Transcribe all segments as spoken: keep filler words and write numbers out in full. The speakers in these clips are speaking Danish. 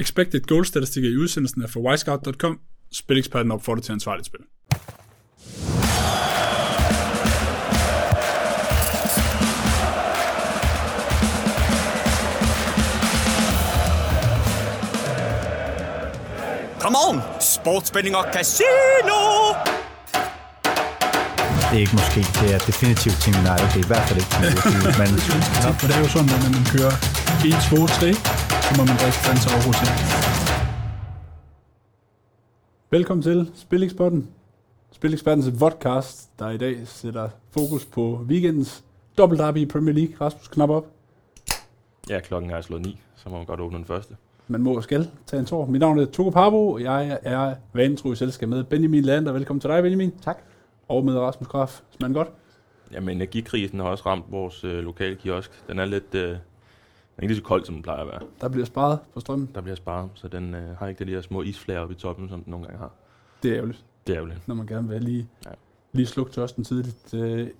expected goal-statistikker i udsendelsen er fra Wisecout punktum com. Spileksperten opfordrer til ansvarligt spil. Come on! Sportsspænding og casino! Det er ikke måske, det er definitivt Team United. Det er i hvert fald ikke Team United. Men... Ja, for det er jo sådan, at når man kører et, to, tre, så må man drikke fans over hotel. Velkommen til Spileksperten. Spilekspertens podcast, der i dag sætter fokus på weekendens dobbeltderby i Premier League. Rasmus, knap op. Ja, klokken er slået ni, så må man godt åbne den første. Man må og skal tage en tår. Mit navn er Togo Parbo, og jeg er vanetro i selskab med Benjamin Lander. Velkommen til dig, Benjamin. Tak. Og med Rasmus Graf. Smager godt? Jamen, energikrisen har også ramt vores øh, lokale kiosk. Den er lidt, øh, den er ikke lige så kold, som den plejer at være. Der bliver sparet på strømmen. Der bliver sparet, så den øh, har ikke de der små isflager oppe i toppen, som den nogle gange har. Det er ærgerligt. Det er ærgerligt. Når man gerne vil lige, ja. lige slukke tørsten tidligt.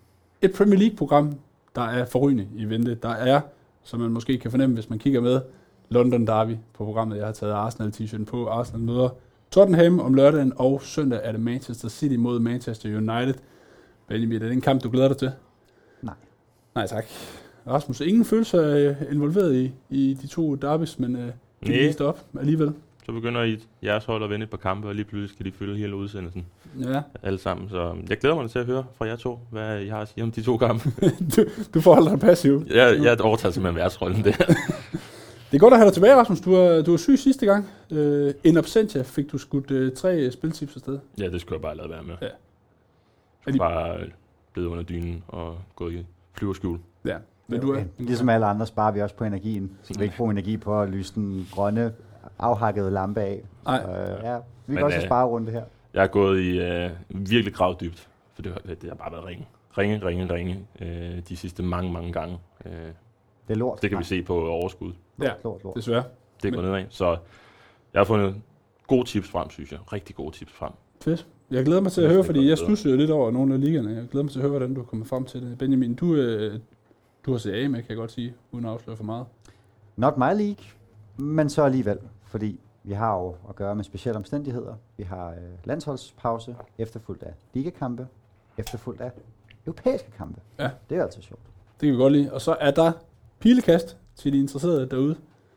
Et Premier League-program, der er forrygende i vente. Der er, som man måske kan fornemme, hvis man kigger med, London Derby på programmet. Jeg har taget Arsenal-t-shirten på. Arsenal møder Tottenham om lørdagen, og søndag er det Manchester City mod Manchester United. Benjamin, er det en kamp, du glæder dig til? Nej. Nej, tak. Rasmus, ingen følelser involveret i, i de to derbys, men øh, de viste op alligevel. Så begynder I jeres hold at vinde et par kampe, og lige pludselig skal de fylde hele udsendelsen. Ja. Alle sammen, så jeg glæder mig til at høre fra jer to, hvad I har at sige om de to kampe. du, du forholder dig passiv. Jeg, jeg overtager simpelthen værtsrollen der. Det er godt at have dig tilbage, Rasmus. Du var, du var syg sidste gang. Uh, in absentia fik du skudt uh, tre spiltips afsted. Ja, det skulle jeg bare lade være med. Ja. Jeg skulle de... bare blive under dynen og gå i flyverskjul. Ja. Men du er... Ligesom alle andre sparer vi også på energien. Så vi vil ikke bruge energi på at lyse den grønne, afhakkede lampe af. Nej. Uh, ja, vi kan Men, også uh, spare rundt det her. Jeg er gået i uh, virkelig gravdybt, for det, det har bare været ringe. Ringe, ringe, ringe uh, de sidste mange, mange gange. Uh, det er lort. Det kan Nej. vi se på overskud. Ja, lort, lort. desværre. Det går nedad. Så jeg har fundet gode tips frem, synes jeg. Rigtig gode tips frem. Fedt. Jeg glæder mig til at høre, fordi jeg stusser lidt over nogle af ligaerne. Jeg glæder mig til at høre, hvordan du kommer frem til det. Benjamin, du, øh, du har set af med, kan jeg godt sige, uden at afsløre for meget. Not my league, men så alligevel. Fordi vi har jo at gøre med specielle omstændigheder. Vi har øh, landsholdspause, efterfulgt af ligakampe, efterfulgt af europæiske kampe. Ja. Det er altid sjovt. Det kan vi godt lide. Og så er der pilekast til de interesserede derude.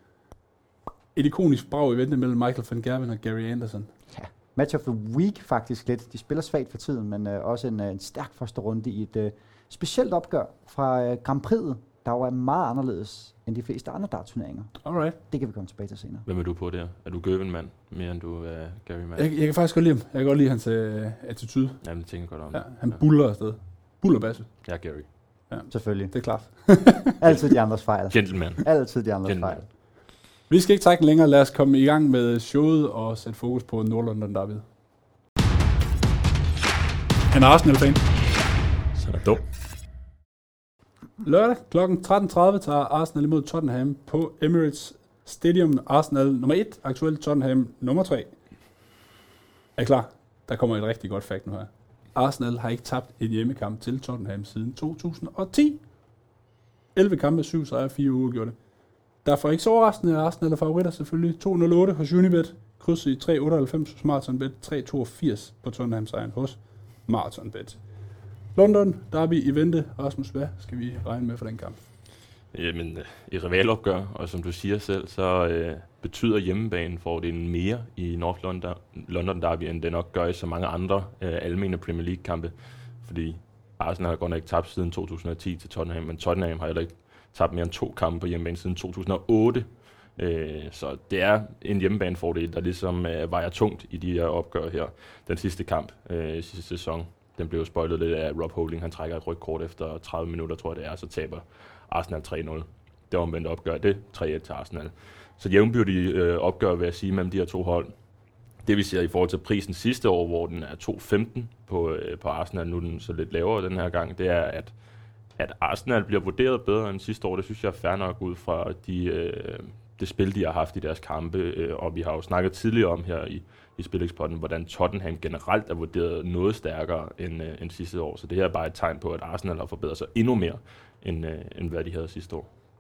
Et ikonisk brag i vente mellem Michael van Gerwen og Gary Anderson. Ja, match of the week faktisk lidt. De spiller svagt for tiden, men øh, også en, øh, en stærk første runde i et øh, specielt opgør fra øh, Grand Prix'et, der jo er meget anderledes end de fleste andre dartturneringer. Alright. Det kan vi komme tilbage til senere. Hvem er du på der? Er du Gerwen-mand mere end du er Gary-mand? Jeg, jeg kan faktisk godt lide ham. Jeg kan godt lide hans øh, attitude. Jamen, det tænker jeg godt om. Ja, han ja. buller afsted. Bullerbasse. Jeg er Gary. Ja. Selvfølgelig. Det er klart. Altid de andres fejl. Gentleman. Altid de andres Gentleman. fejl. Vi skal ikke trække længere. Lad os komme i gang med showet og sætte fokus på Nord-London Derby. Han er Arsenal-fan. Så er der dum. Lørdag klokken tretten tredive tager Arsenal imod Tottenham på Emirates Stadium. Arsenal nummer et, aktuelt Tottenham nummer tre. Er I klar? Der kommer et rigtig godt fact nu her. Arsenal har ikke tabt en hjemmekamp til Tottenham siden to tusind og ti. elleve kampe, syv sejre, fire uafgjorte. Derfor ikke så overraskende, at Arsenal er favoritter selvfølgelig. to nul otte hos Unibet, krydset i tre otteoghalvfems hos Marathonbet, tre toogfirs på Tottenham sejren hos Marathonbet. London, Derby i vente. Rasmus, hvad skal vi regne med for den kamp? Jamen, i rivalopgør, og som du siger selv, så øh, betyder hjemmebanen fordelen mere i North London, London Derby, end det nok gør i så mange andre øh, almene Premier League-kampe. Fordi Arsenal har godt nok ikke tabt siden to tusind og ti til Tottenham, men Tottenham har heller ikke tabt mere end to kampe på hjemmebane siden to tusind og otte. Øh, så det er en hjemmebanefordel, der ligesom øh, vejer tungt i de her opgør her. Den sidste kamp øh, sidste sæson, den blev spoilet lidt af Rob Holding. Han trækker et rødt kort efter tredive minutter, tror jeg det er, så taber Arsenal tre nul. Det omvendt opgør det tre et til Arsenal. Så jævnbyrdige øh, opgør, vil jeg sige, mellem de her to hold. Det vi ser i forhold til prisen sidste år, hvor den er to femten på, øh, på Arsenal, nu er den så lidt lavere den her gang, det er, at, at Arsenal bliver vurderet bedre end sidste år. Det synes jeg er fair nok ud fra de, øh, det spil, de har haft i deres kampe. Øh, og vi har jo snakket tidligere om her i, i Spileksperten, hvordan Tottenham generelt er vurderet noget stærkere end, øh, end sidste år. Så det her er bare et tegn på, at Arsenal har forbedret sig endnu mere, end, øh, end hvad de havde sidste år.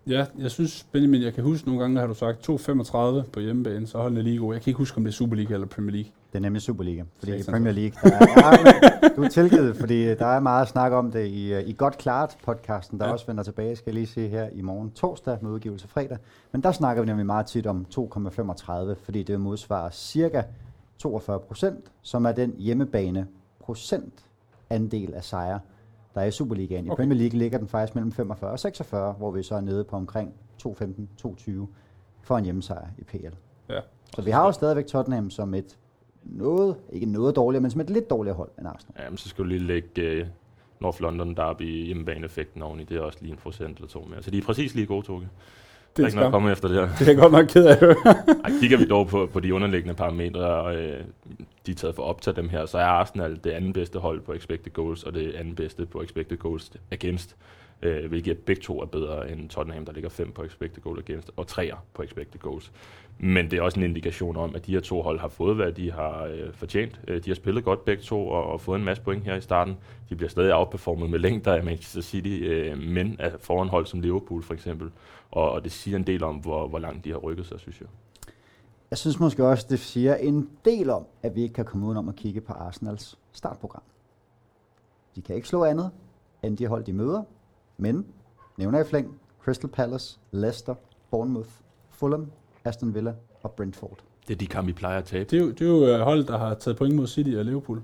Ja, jeg synes, Benjamin, jeg kan huske nogle gange, har du sagt to femogtredive på hjemmebane, så holdene er lige gode. Jeg kan ikke huske, om det er Superliga eller Premier League. Det er nemlig Superliga, fordi i Satan. Premier League, der er, ja, du er tilgivet, fordi der er meget snak om det i, i Godt Klart podcasten, der ja. også vender tilbage, skal jeg lige se her i morgen torsdag med udgivelse fredag. Men der snakker vi nemlig meget tit om to komma femogtredive, fordi det modsvarer cirka toogfyrre procent, som er den hjemmebane procent andel af sejre, der er i Superligaen. I okay. Premier League ligger den faktisk mellem femogfyrre og seksogfyrre, hvor vi så er nede på omkring to femten til to tyve for en hjemmesejr i P L. Ja. Så vi har jo stadigvæk Tottenham som et noget, ikke noget dårligere, men som et lidt dårligere hold end Arsenal. Ja, men så skal du lige lægge uh, North London Derby hjemmebane-effekten oveni. Det er også lige en procent eller to mere. Så de er præcis lige gode, Toge. Det er ikke noget at komme efter det her. Det er jeg godt nok ked af at høre. Ej, kigger vi dog på, på de underliggende parametre, og øh, de er taget for at optage dem her, så er Arsenal det anden bedste hold på expected goals, og det anden bedste på expected goals against, øh, hvilket begge to er bedre end Tottenham, der ligger fem på expected goals against, og treer på expected goals. Men det er også en indikation om, at de her to hold har fået, hvad de har øh, fortjent. De har spillet godt begge to, og, og fået en masse point her i starten. De bliver stadig outperformet med længder af Manchester City, øh, men af foran hold som Liverpool for eksempel. Og, og det siger en del om, hvor, hvor langt de har rykket sig, synes jeg. Jeg synes måske også, det siger en del om, at vi ikke kan komme udenom at kigge på Arsenals startprogram. De kan ikke slå andet, end de hold, de møder. Men, nævner i flæng, Crystal Palace, Leicester, Bournemouth, Fulham, Aston Villa og Brentford. Det er de kampe, vi plejer at tabe. Det er jo, det er jo hold, der har taget point mod City og Liverpool.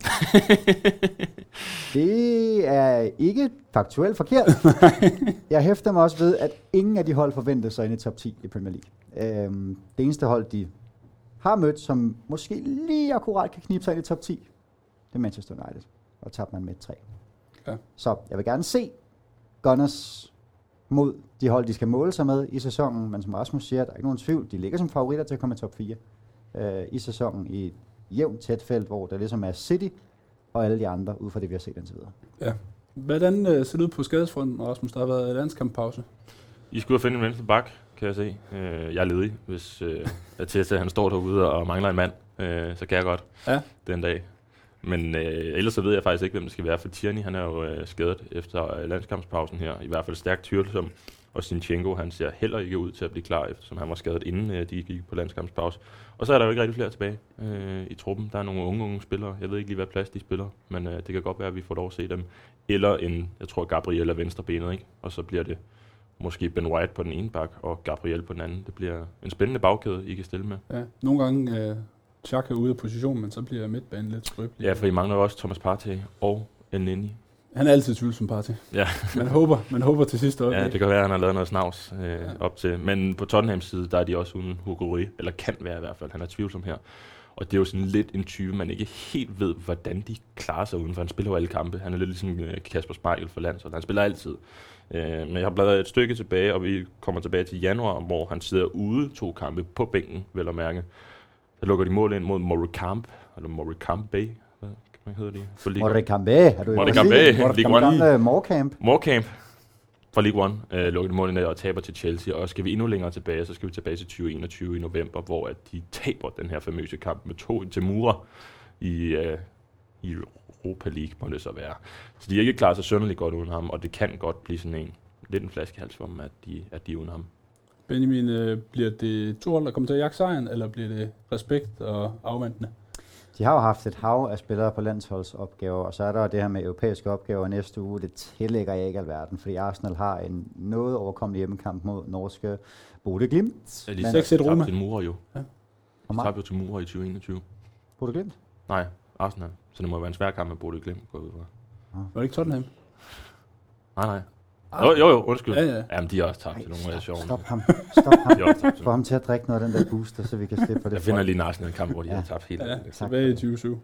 Det er ikke faktuelt forkert. Jeg hæfter mig også ved, at ingen af de hold forventer sig ind i top ti i Premier League. Øhm, det eneste hold, de har mødt, som måske lige akkurat kan knibe sig ind i top ti, det er Manchester United. Og tabte man med tre. Ja. Så jeg vil gerne se Gunners mod de hold, de skal måle sig med i sæsonen. Men som Rasmus siger, der er ikke nogen tvivl. De ligger som favoritter til at komme i top fire øh, i sæsonen i et jævnt tæt felt, hvor der ligesom er City og alle de andre, ud fra det, vi har set indtil videre. Ja. Hvordan øh, ser det ud på skadesfronten, Rasmus? Der har været landskamppause. I skulle have fundet en venstre bak, kan jeg se. Øh, jeg er ledig, hvis øh, Ateta han står derude og mangler en mand. Øh, så kan jeg godt ja. den dag. Men øh, ellers så ved jeg faktisk ikke, hvem det skal være, for Tierney, han er jo øh, skadet efter øh, landskampspausen her. I hvert fald stærkt tvivlsom. Og Zinchenko, han ser heller ikke ud til at blive klar, eftersom han var skadet inden øh, de gik på landskampspause. Og så er der jo ikke rigtig flere tilbage øh, i truppen. Der er nogle unge, unge spillere. Jeg ved ikke lige, hvad plads de spiller, men øh, det kan godt være, at vi får lov at se dem. Eller en, jeg tror, Gabriel er venstrebenet, ikke? Og så bliver det måske Ben White på den ene bak, og Gabriel på den anden. Det bliver en spændende bagkæde, I kan stille med. Ja, nogle gange øh, Xhaka er ude af position, men så bliver midtbanen lidt skrøbelig. Ja, for I mangler også Thomas Partey og Elneny. Han er altid tvivlsom Partey. Ja. man håber, man håber til sidste øjeblik. Ja, det kan være, at han har lavet noget snavs øh, ja. op til. Men på Tottenhams side, der er de også uden Hugo Lloris, eller kan være i hvert fald. Han er tvivlsom her. Og det er jo sådan lidt en type, man ikke helt ved, hvordan de klarer sig uden, for han spiller jo alle kampe. Han er lidt ligesom Kasper Schmeichel for landsholdet. Han spiller altid. Øh, men jeg har bladret et stykke tilbage, og vi kommer tilbage til januar, hvor han sidder ude to kampe på bænken, vel at mærke. Så lukker de mål ind mod Morecambe, eller Morecambe, hvad hedder de? Morecambe, er du i Morecambe, League One. Morecambe. Morecambe fra League One øh, lukker de mål ind og taber til Chelsea, og skal vi endnu længere tilbage, så skal vi tilbage til tyve enogtyve i november, hvor at de taber den her famøse kamp med to til Mura i, øh, i Europa League, må det så være. Så de er ikke klar så sønderligt godt uden ham, og det kan godt blive sådan en lidt en flaskehals for dem, at de, at de er uden ham. Benjamin, øh, bliver det to hold, der kommer til at jagte sejren, eller bliver det respekt og afventende? De har jo haft et hav af spillere på landsholdsopgaver, og så er der det her med europæiske opgaver næste uge. Det tillægger jeg ikke alverden, fordi Arsenal har en noget overkommelig hjemmekamp mod norske Bodø Glimt. Ja, de seks et Roma. til Mura jo. Ja. De tabte jo til Mura i tyve enogtyve. Bodø Glimt? Nej, Arsenal. Så det må være en svær kamp med Bodø Glimt, går ud fra. Ja. Var det ikke Tottenham? Nej, nej. Jo, jo, jo, undskyld. Ja, ja. Jamen, de har også tabt til nogle af sjovene. Stop ham. Stop ham. Få ham til at drikke noget af den der booster, så vi kan slippe for det. Jeg finder lige en Arsenal-kamp, hvor de ja. har tabt helt. Ja, tilbage i tyve syv.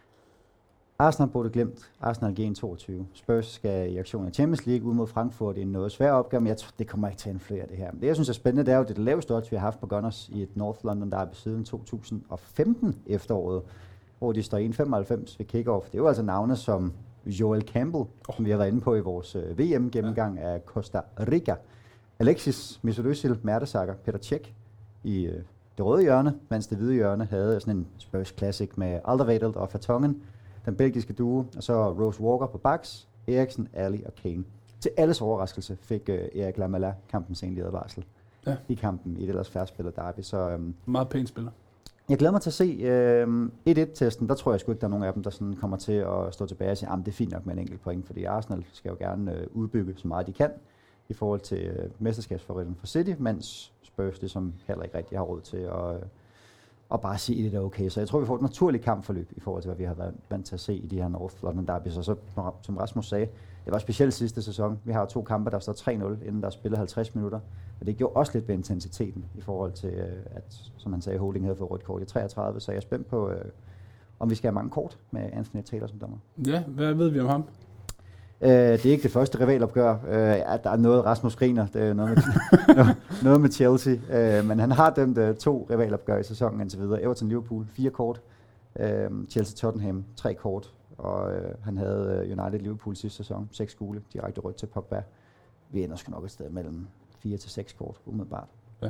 Arsenal Bodø Glimt. Arsenal G en toogtyve. Spurs skal i aktion i Champions League ud mod Frankfurt. Det er en noget svær opgave, men jeg tror, det kommer ikke til at influere det her. Det, jeg synes er spændende, det er jo det, det laveste odds, vi har haft på Gunners i et North London Derby siden to tusind og femten efteråret, hvor de står en komma femoghalvfems ved kick-off. Det er jo altså navne som Joel Campbell, oh. som vi har været inde på i vores uh, V M-gennemgang ja. af Costa Rica. Alexis Mesut Mertesacker, Peter Cech i uh, det røde hjørne, mens det hvide hjørne havde sådan en Spurs Classic med Alderweireld og Vertonghen, den belgiske duo, og så Rose Walker på backs, Eriksen, Ali og Kane Til alles overraskelse fik uh, Erik Lamela kampen sent i advarsel. Ja. I kampen i et ellers færre derby. Så, um, Meget pænt spiller. jeg glæder mig til at se uh, et et-testen. Der tror jeg sgu ikke, der er nogen af dem, der sådan kommer til at stå tilbage og sige, at det er fint nok med en enkelt point, fordi Arsenal skal jo gerne uh, udbygge så meget de kan i forhold til uh, mesterskabsfavoritten for City, mens Spurs det som heller ikke rigtig har råd til at, uh, at bare sige, at det er okay. Så jeg tror, vi får et naturligt kampforløb i forhold til, hvad vi har været vant til at se i de her North London derbys. Og så, som Rasmus sagde, det var specielt sidste sæson. Vi har to kampe, der står tre nul, inden der er spillet halvtreds minutter. Og det gjorde også lidt ved intensiteten i forhold til, at, som han sagde, Holding havde fået rødt kort i treogtredive. Så jeg er spændt på, øh, om vi skal have mange kort med Anthony Taylor som dommer. Ja, hvad ved vi om ham? Øh, det er ikke det første rivalopgør. Øh, at der er noget, Rasmus griner. Det er noget med, noget, noget med Chelsea. Øh, men han har dømt øh, to rivalopgør i sæsonen indtil videre. Everton-Liverpool, fire kort. Øh, Chelsea-Tottenham, tre kort. Og øh, han havde øh, United-Liverpool sidste sæson, seks gule, direkte rødt til Pogba. Vi ender sgu nok et sted mellem fire til seks kort, umiddelbart. Ja.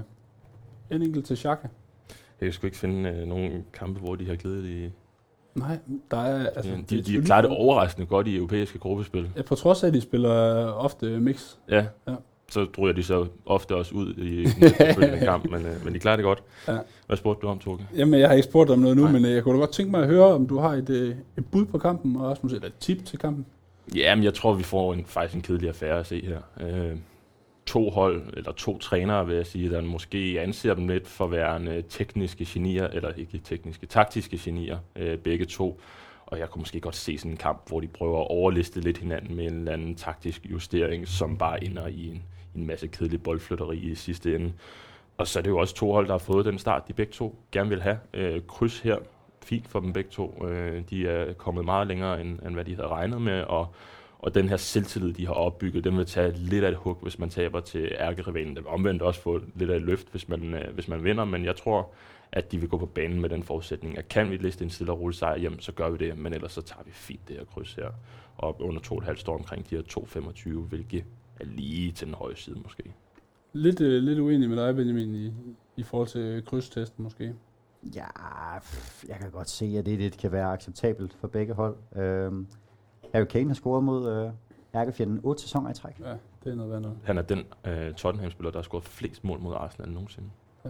En enkelt til Xhaka. Jeg kan sgu ikke finde øh, nogle kampe, hvor de har glidet i... Nej, der er... Altså, Ja, de, de klarer det overraskende godt i europæiske gruppespil. Ja, på trods af, at de spiller ofte mix. Ja, Ja. så ryger de så ofte også ud i den efterfølgende kamp, men, øh, men de klarer det godt. Ja. Hvad spurgte du om, Toke? Jamen, jeg har ikke spurgt om noget nu, Nej. men øh, jeg kunne da godt tænke mig at høre, om du har et, øh, et bud på kampen, og også måske et tip til kampen. Jamen, jeg tror, vi får en, faktisk en kedelig affære at se her. Øh, to hold, eller to trænere, vil jeg sige, der måske anser dem lidt for værende tekniske genier, eller ikke tekniske, taktiske genier, øh, begge to. Og jeg kunne måske godt se sådan en kamp, hvor de prøver at overliste lidt hinanden med en eller anden taktisk justering, som bare ender i en, en masse kedelig boldflytteri i sidste ende. Og så er det jo også to hold, der har fået den start, de begge to gerne vil have. Øh, kryds her, fint for dem begge to. Øh, de er kommet meget længere, end, end hvad de havde regnet med, og Og den her selvtillid, de har opbygget, den vil tage lidt af et hug, hvis man taber til ærkerivalen. Den vil omvendt også få lidt af et løft, hvis man, øh, hvis man vinder. Men jeg tror, at de vil gå på banen med den forudsætning, at kan vi liste en stille og rolig sejr hjem, så gør vi det. Men ellers så tager vi fint det her kryds her. Og under to komma fem står omkring de her to komma femogtyve, hvilket er lige til den høje side måske. Lidt, øh, lidt uenig med dig, Benjamin, i, i forhold til krydstesten måske. Ja, pff, jeg kan godt se, at det, det kan være acceptabelt for begge hold. Øhm, Harry Kane har scoret mod øh, ærkefjenden otte sæsoner i træk. Ja, det er noget værd noget. Han er den øh, Tottenham-spiller, der har scoret flest mål mod Arsenal nogensinde.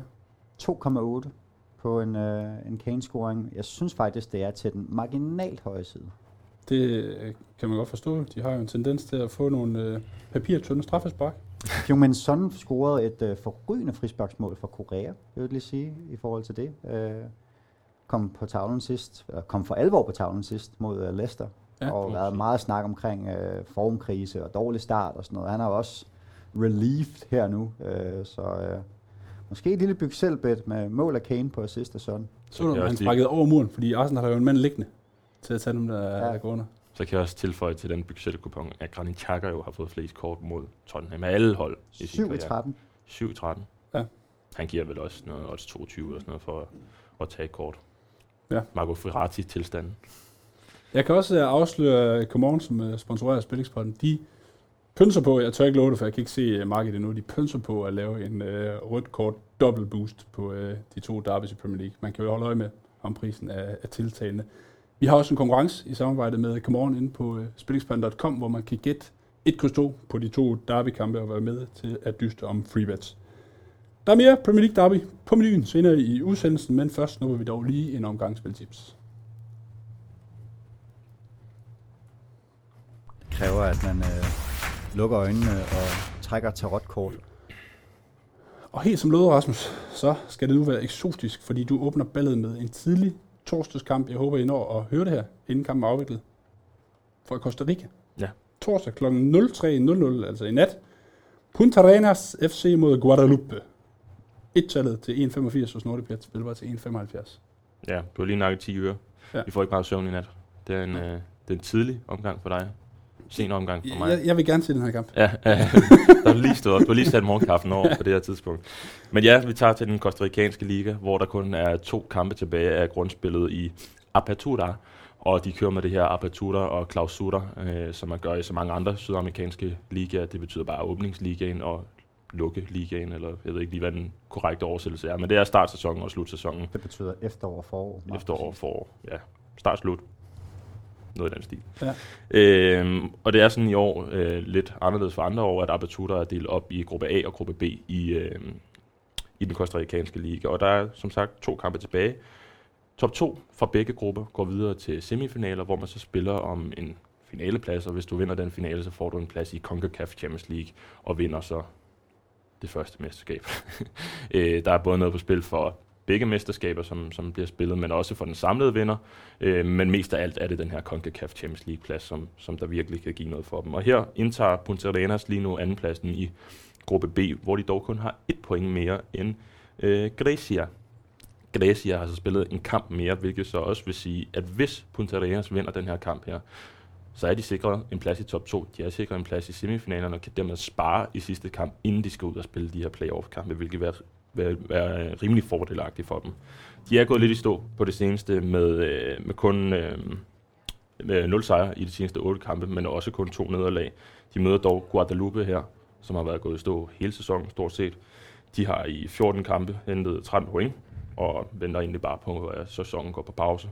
to komma otte på en, øh, en Kane-scoring. Jeg synes faktisk, det er til den marginalt høje side. Det øh, kan man godt forstå. De har jo en tendens til at få nogle øh, papirtynde straffespark. Heung-min Son scorede et øh, forrygende frisparksmål for Korea, vil jeg lige sige, i forhold til det. Øh, kom på tavlen sidst, eller kom for alvor på tavlen sidst mod øh, Leicester. Ja, Og været meget snak omkring øh, formkrise og dårlig start og sådan noget. Han er jo også relieved her nu, øh, så øh, måske et lille byg selvbet med mål af Kane på sidste Son. Så du, kan han også sparkede over muren, fordi Arsenal har jo en mand liggende til at tage dem, der, Ja. der går under. Så kan jeg også tilføje til den Byxelle-kupon, at Granit Xhaka jo har fået flest kort mod Tottenham af alle hold. i sin syv i karriere. tretten. syv i tretten. Ja. Han giver vel også noget, også toogtyve eller sådan noget for at, at tage et kort. Ja. Marco Ferrati-tilstanden. Jeg kan også uh, afsløre Common, som uh, sponsorerer Spillingspodden. De pønser på, jeg tør ikke love det, for jeg kan ikke se uh, markedet endnu, de pønser på at lave en uh, rødt kort dobbelt boost på uh, de to derbys i Premier League. Man kan jo holde øje med, om prisen er, er tiltagende. Vi har også en konkurrence i samarbejde med Common inde på uh, spillingspodden punktum com, hvor man kan gætte et kryds to på de to derbykampe og være med til at dyste om free bets. Der er mere Premier League derby på menuen senere i udsendelsen, men først nu vil vi dog lige en omgang spiltips. Det kræver, at man øh, lukker øjnene og trækker tarotkort. Og helt som lovet, Rasmus, så skal det nu være eksotisk, fordi du åbner ballet med en tidlig torsdagskamp. Jeg håber, I når at høre det her, inden kampen er afviklet. Fra Costa Rica. Ja. Torsdag kl. nul tre nul nul, altså i nat. Punta Arenas F C mod Guadalupe. Et-tallet til en komma femogfirs hos Nordicbet, spiller til en komma femoghalvfjerds. Ja, du har lige nakket ti øre. Ja. Vi får ikke meget søvn i nat. Det er en, øh, det er en tidlig omgang for dig. Sen omgang for mig. Jeg, jeg vil gerne se den her kamp. Ja, ja. Der er lige stået op. Du har lige sat morgenkaffen over på det her tidspunkt. Men ja, vi tager til den costaricanske liga, hvor der kun er to kampe tilbage af grundspillet i Apertura. Og de kører med det her Apertura og Clausura, øh, som man gør i så mange andre sydamerikanske ligaer. Det betyder bare åbningsligaen og lukke ligaen, eller jeg ved ikke lige, hvad den korrekte oversættelse er. Men det er startsæsonen og slutsæsonen. Det betyder efterår og forår. Efterår og forår. Ja, start-slut. noget i den stil. Ja. Øhm, og det er sådan i år øh, lidt anderledes for andre år, at Apertura er delt op i gruppe A og gruppe B i, øh, i den costaricanske liga. Og der er som sagt to kampe tilbage. Top to fra begge grupper går videre til semifinaler, hvor man så spiller om en finaleplads, og hvis du vinder den finale, så får du en plads i CONCACAF Champions League og vinder så det første mesterskab. øh, der er både noget på spil for begge mesterskaber, som, som bliver spillet, men også for den samlede vinder. Øh, men mest af alt er det den her CONCACAF Champions League-plads, som, som der virkelig kan give noget for dem. Og her indtager Punta Arenas lige nu andenpladsen i gruppe B, hvor de dog kun har et point mere end øh, Grecia. Grecia har så spillet en kamp mere, hvilket så også vil sige, at hvis Punta Arenas vinder den her kamp her, så er de sikret en plads i top to. De er sikret en plads i semifinalerne og kan dermed spare i sidste kamp, inden de skal ud og spille de her playoff-kampe, hvilket vil være, være, være rimelig fordelagtigt for dem. De er gået lidt i stå på det seneste med, øh, med kun øh, med nul sejre i de seneste otte kampe, men også kun to nederlag. De møder dog Guadalupe her, som har været gået i stå hele sæsonen stort set. De har i fjorten kampe hentet tretten point, og venter egentlig bare på, at sæsonen går på pause.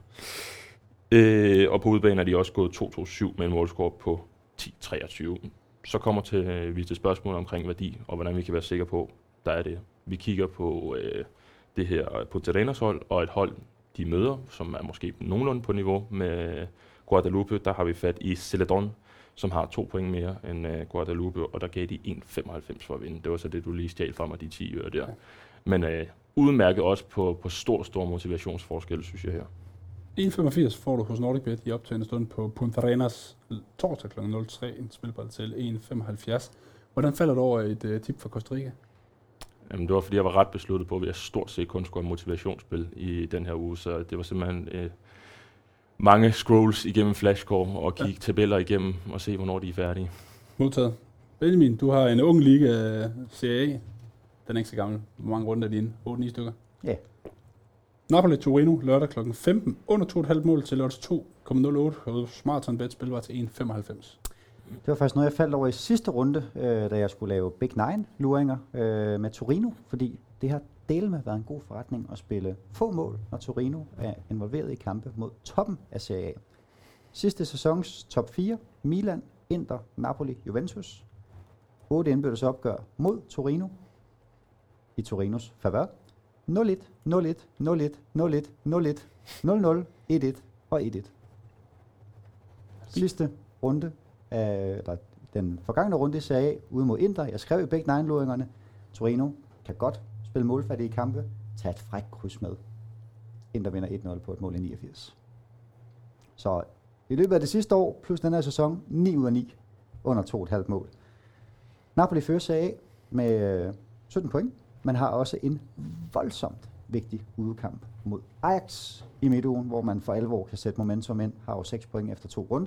Øh, og på udbanen er de også gået to to syv med en målscore på ti treogtyve. Så kommer til, øh, vi til spørgsmål omkring værdi, og hvordan vi kan være sikre på, der er det. Vi kigger på øh, det her Punta Arenas hold, og et hold, de møder, som er måske nogenlunde på niveau med Guadalupe. Der har vi fat i Celedon, som har to point mere end øh, Guadalupe, og der gav de en komma femoghalvfems for at vinde. Det var så det, du lige stjal fra mig, de ti øre der. Men øh, udmærket også på, på stor, stor motivationsforskel, synes jeg her. en komma femogfirs får du hos NordicBet i optagende stund på Punta Arenas torsdag kl. nul tre, en spilbold til en komma femoghalvfjerds. Hvordan falder du over et uh, tip fra Costa Rica? Jamen, det var fordi, jeg var ret besluttet på, at jeg stort set kun skulle have motivationsspil i den her uge, så det var simpelthen øh, mange scrolls igennem flashscore og kigge ja. tabeller igennem og se, hvornår de er færdige. Modtaget. Benjamin, du har en ung liga Serie A. Den er ikke så gammel. Hvor mange runder er de inde? otte ni stykker? Ja. Yeah. Napoli-Torino lørdag klokken femten. Under to komma fem mål til odds to komma nul otte. Og Smarton-bet spil var til en komma femoghalvfems. Det var faktisk noget, jeg faldt over i sidste runde, øh, da jeg skulle lave Big Nine luringer øh, med Torino. Fordi det har delt med været en god forretning at spille få mål, når Torino er involveret i kampe mod toppen af Serie A. Sidste sæsons top fire. Milan, Inter, Napoli, Juventus. otte indbyrdes opgør mod Torino. I Torinos favør. nul et, nul et, nul et, nul et, nul et, nul nul, et et og et et. Sidste runde, af, eller den forgangne runde i Serie A ude mod Inter. Jeg skrev i begge nine-låringerne. Torino kan godt spille målfattige kampe. Tag et fræk kryds med. Inter vinder et nul på et mål i niogfirs. Så i løbet af det sidste år, plus den her sæson, ni ud af ni under to komma fem mål. Napoli fører Serie A med sytten point. Man har også en voldsomt vigtig udekamp mod Ajax i midtugen, hvor man for alvor kan sætte momentum ind, har jo seks point efter to runder.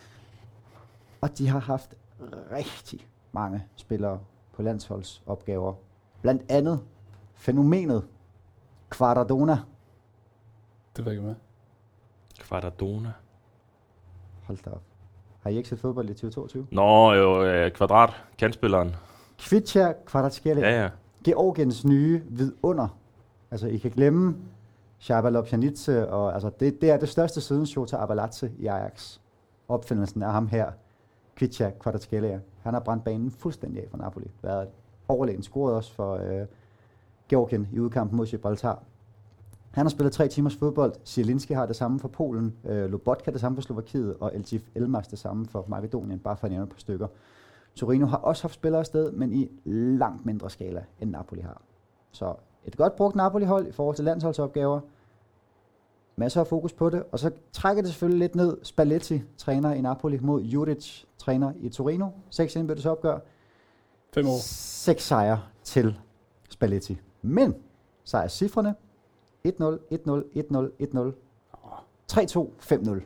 Og de har haft rigtig mange spillere på landsholdsopgaver. Blandt andet fænomenet Quaradona. Det ved jeg ikke med. Quaradona. Hold da op. Har I ikke set fodbold i tyve toogtyve? Nå, jo, øh, Kvadrat, kantspilleren. Kvicha Kvaratskhelia. Ja, ja. Georgiens nye vidunder. Altså, I kan glemme Shabalov Pjanice, og altså, det, det er det største siden Shota Arveladze i Ajax. Opfindelsen af ham her, Kvicha Kvaratskhelia. Han har brændt banen fuldstændig af for Napoli. Været overlegen, scoret også for øh, Georgien i udkampen mod Gibraltar. Han har spillet tre timers fodbold. Zielinski har det samme for Polen. Øh, Lobotka det samme for Slovakiet, og Elgif Elmas det samme for Makedonien, bare for at nævne et par stykker. Torino har også haft spillere afsted, men i langt mindre skala, end Napoli har. Så et godt brugt Napoli-hold i forhold til landsholdsopgaver. Masser af fokus på det. Og så trækker det selvfølgelig lidt ned. Spalletti, træner i Napoli, mod Juric, træner i Torino. Seks indbyrdes opgør. Fem år. Seks sejre til Spalletti. Men sejrscifrene et nul, et nul, et nul, et nul. tre to, fem nul.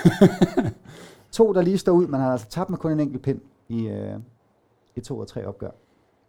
To, der lige står ud. Man har altså tabt med kun en enkelt pind i, øh, i to og tre opgør.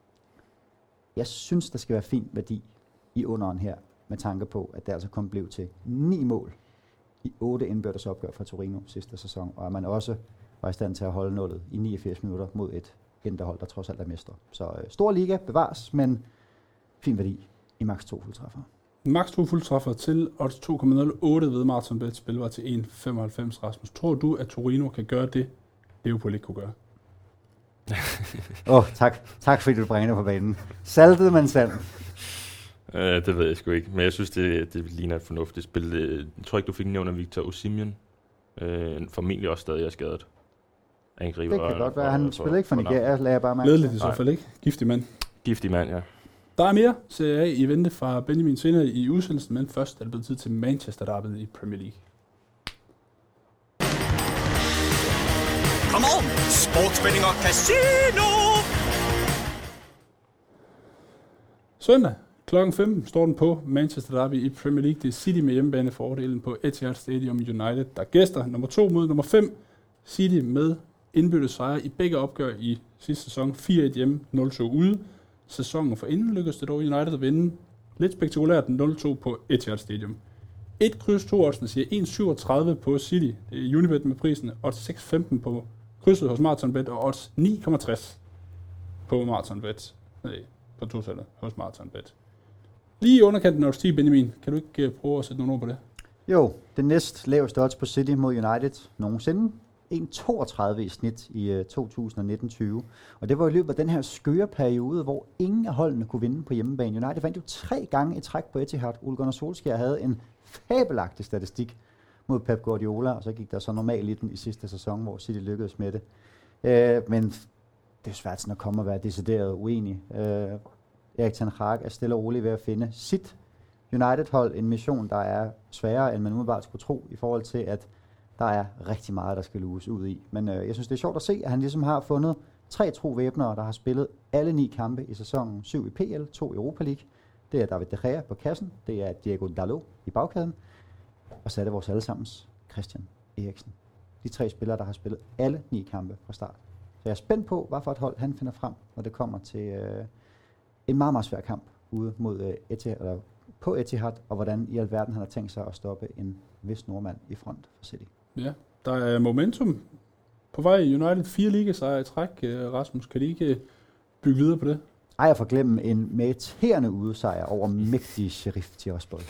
Jeg synes, der skal være fin værdi i underen her, med tanke på, at det altså kun blev til ni mål i otte indbyrdes opgør fra Torino sidste sæson, og at man også var i stand til at holde nullet i niogfirs minutter mod et Interhold, der trods alt er mestre. Så øh, stor liga bevares, men fin værdi i maks to fuldtræffere. Max to fuldtræffer til odds to komma nul otte ved Marathon Bet. Spil var til en komma femoghalvfems. Rasmus, tror du, at Torino kan gøre det, Liverpool ikke kunne gøre? Åh, oh, tak. Tak fordi du bringer det på banen. Saltet, men sand. Uh, det ved jeg sgu ikke, men jeg synes, det, det ligner et fornuftigt spil. Jeg tror ikke, du fik nævnt af Victor Osimhen. Uh, formentlig også stadig er skadet. Angriber, det kan godt være. For, Han for, spiller ikke for Nigeria, lader jeg bare mærke. Glædeligt i så fald, ikke? Giftig mand. Giftig mand, ja. Der er mere Serie A i vente fra Benjamin senere i udsendelsen, men først er det blevet tid til Manchester Derby i Premier League. Come on, sportsbetting og casino! Søndag klokken femten står den på Manchester Derby i Premier League. Det er City med hjemmebane fordelen på Etihad Stadium United, der gæster nummer to mod nummer fem. City med indbyttes sejre i begge opgør i sidste sæson. fire et hjemme, nul to ude. Sæsonen for inden lykkedes det dog United at vinde lidt spektakulært nul to på Etihad Stadium. et kryds to oddsene siger en komma syvogtredive på City. Det er Unibet med prisen, odds seks komma femten på krydset hos Marathon Bet, og odds ni komma tres på Marathon Bet. Nej, på totallet hos Marathon Bet. Lige i underkanten af odds ti, Benjamin. Kan du ikke uh, prøve at sætte nogle ord på det? Jo, det næst laveste odds på City mod United nogensinde. en komma toogtredive i snit i uh, to tusind nitten tyve. Og det var i løbet af den her skøre periode, hvor ingen af holdene kunne vinde på hjemmebane. United vandt jo tre gange i træk på Etihad. Ole Gunnar Solskjaer havde en fabelagtig statistik mod Pep Guardiola, og så gik der så normalt i den i sidste sæson, hvor City lykkedes med det. Uh, men det er svært sådan at komme og være decideret uenig. Uh, Erik ten Hag er stille og roligt ved at finde sit United-hold, en mission, der er sværere, end man umiddelbart skulle tro, i forhold til, at der er rigtig meget, der skal luges ud i. Men øh, jeg synes, det er sjovt at se, at han ligesom har fundet tre tro væbnere, der har spillet alle ni kampe i sæsonen. Syv i P L, to i Europa League. Det er David De Gea på kassen, det er Diego Dalot i bagkæden, og så er det vores allesammens Christian Eriksen. De tre spillere, der har spillet alle ni kampe fra start. Så jeg er spændt på, hvad for et hold han finder frem, når det kommer til øh, en meget, meget svær kamp ude mod øh, Etihad, eller på Etihad, og hvordan i alverden han har tænkt sig at stoppe en vis nordmand i front for City. Ja, der er momentum på vej i United. Fire ligasejre i træk. Rasmus, kan de ikke bygge videre på det? Ej, jeg får glemme en meriterende udsejr over mægtige Sheriff Tiraspol.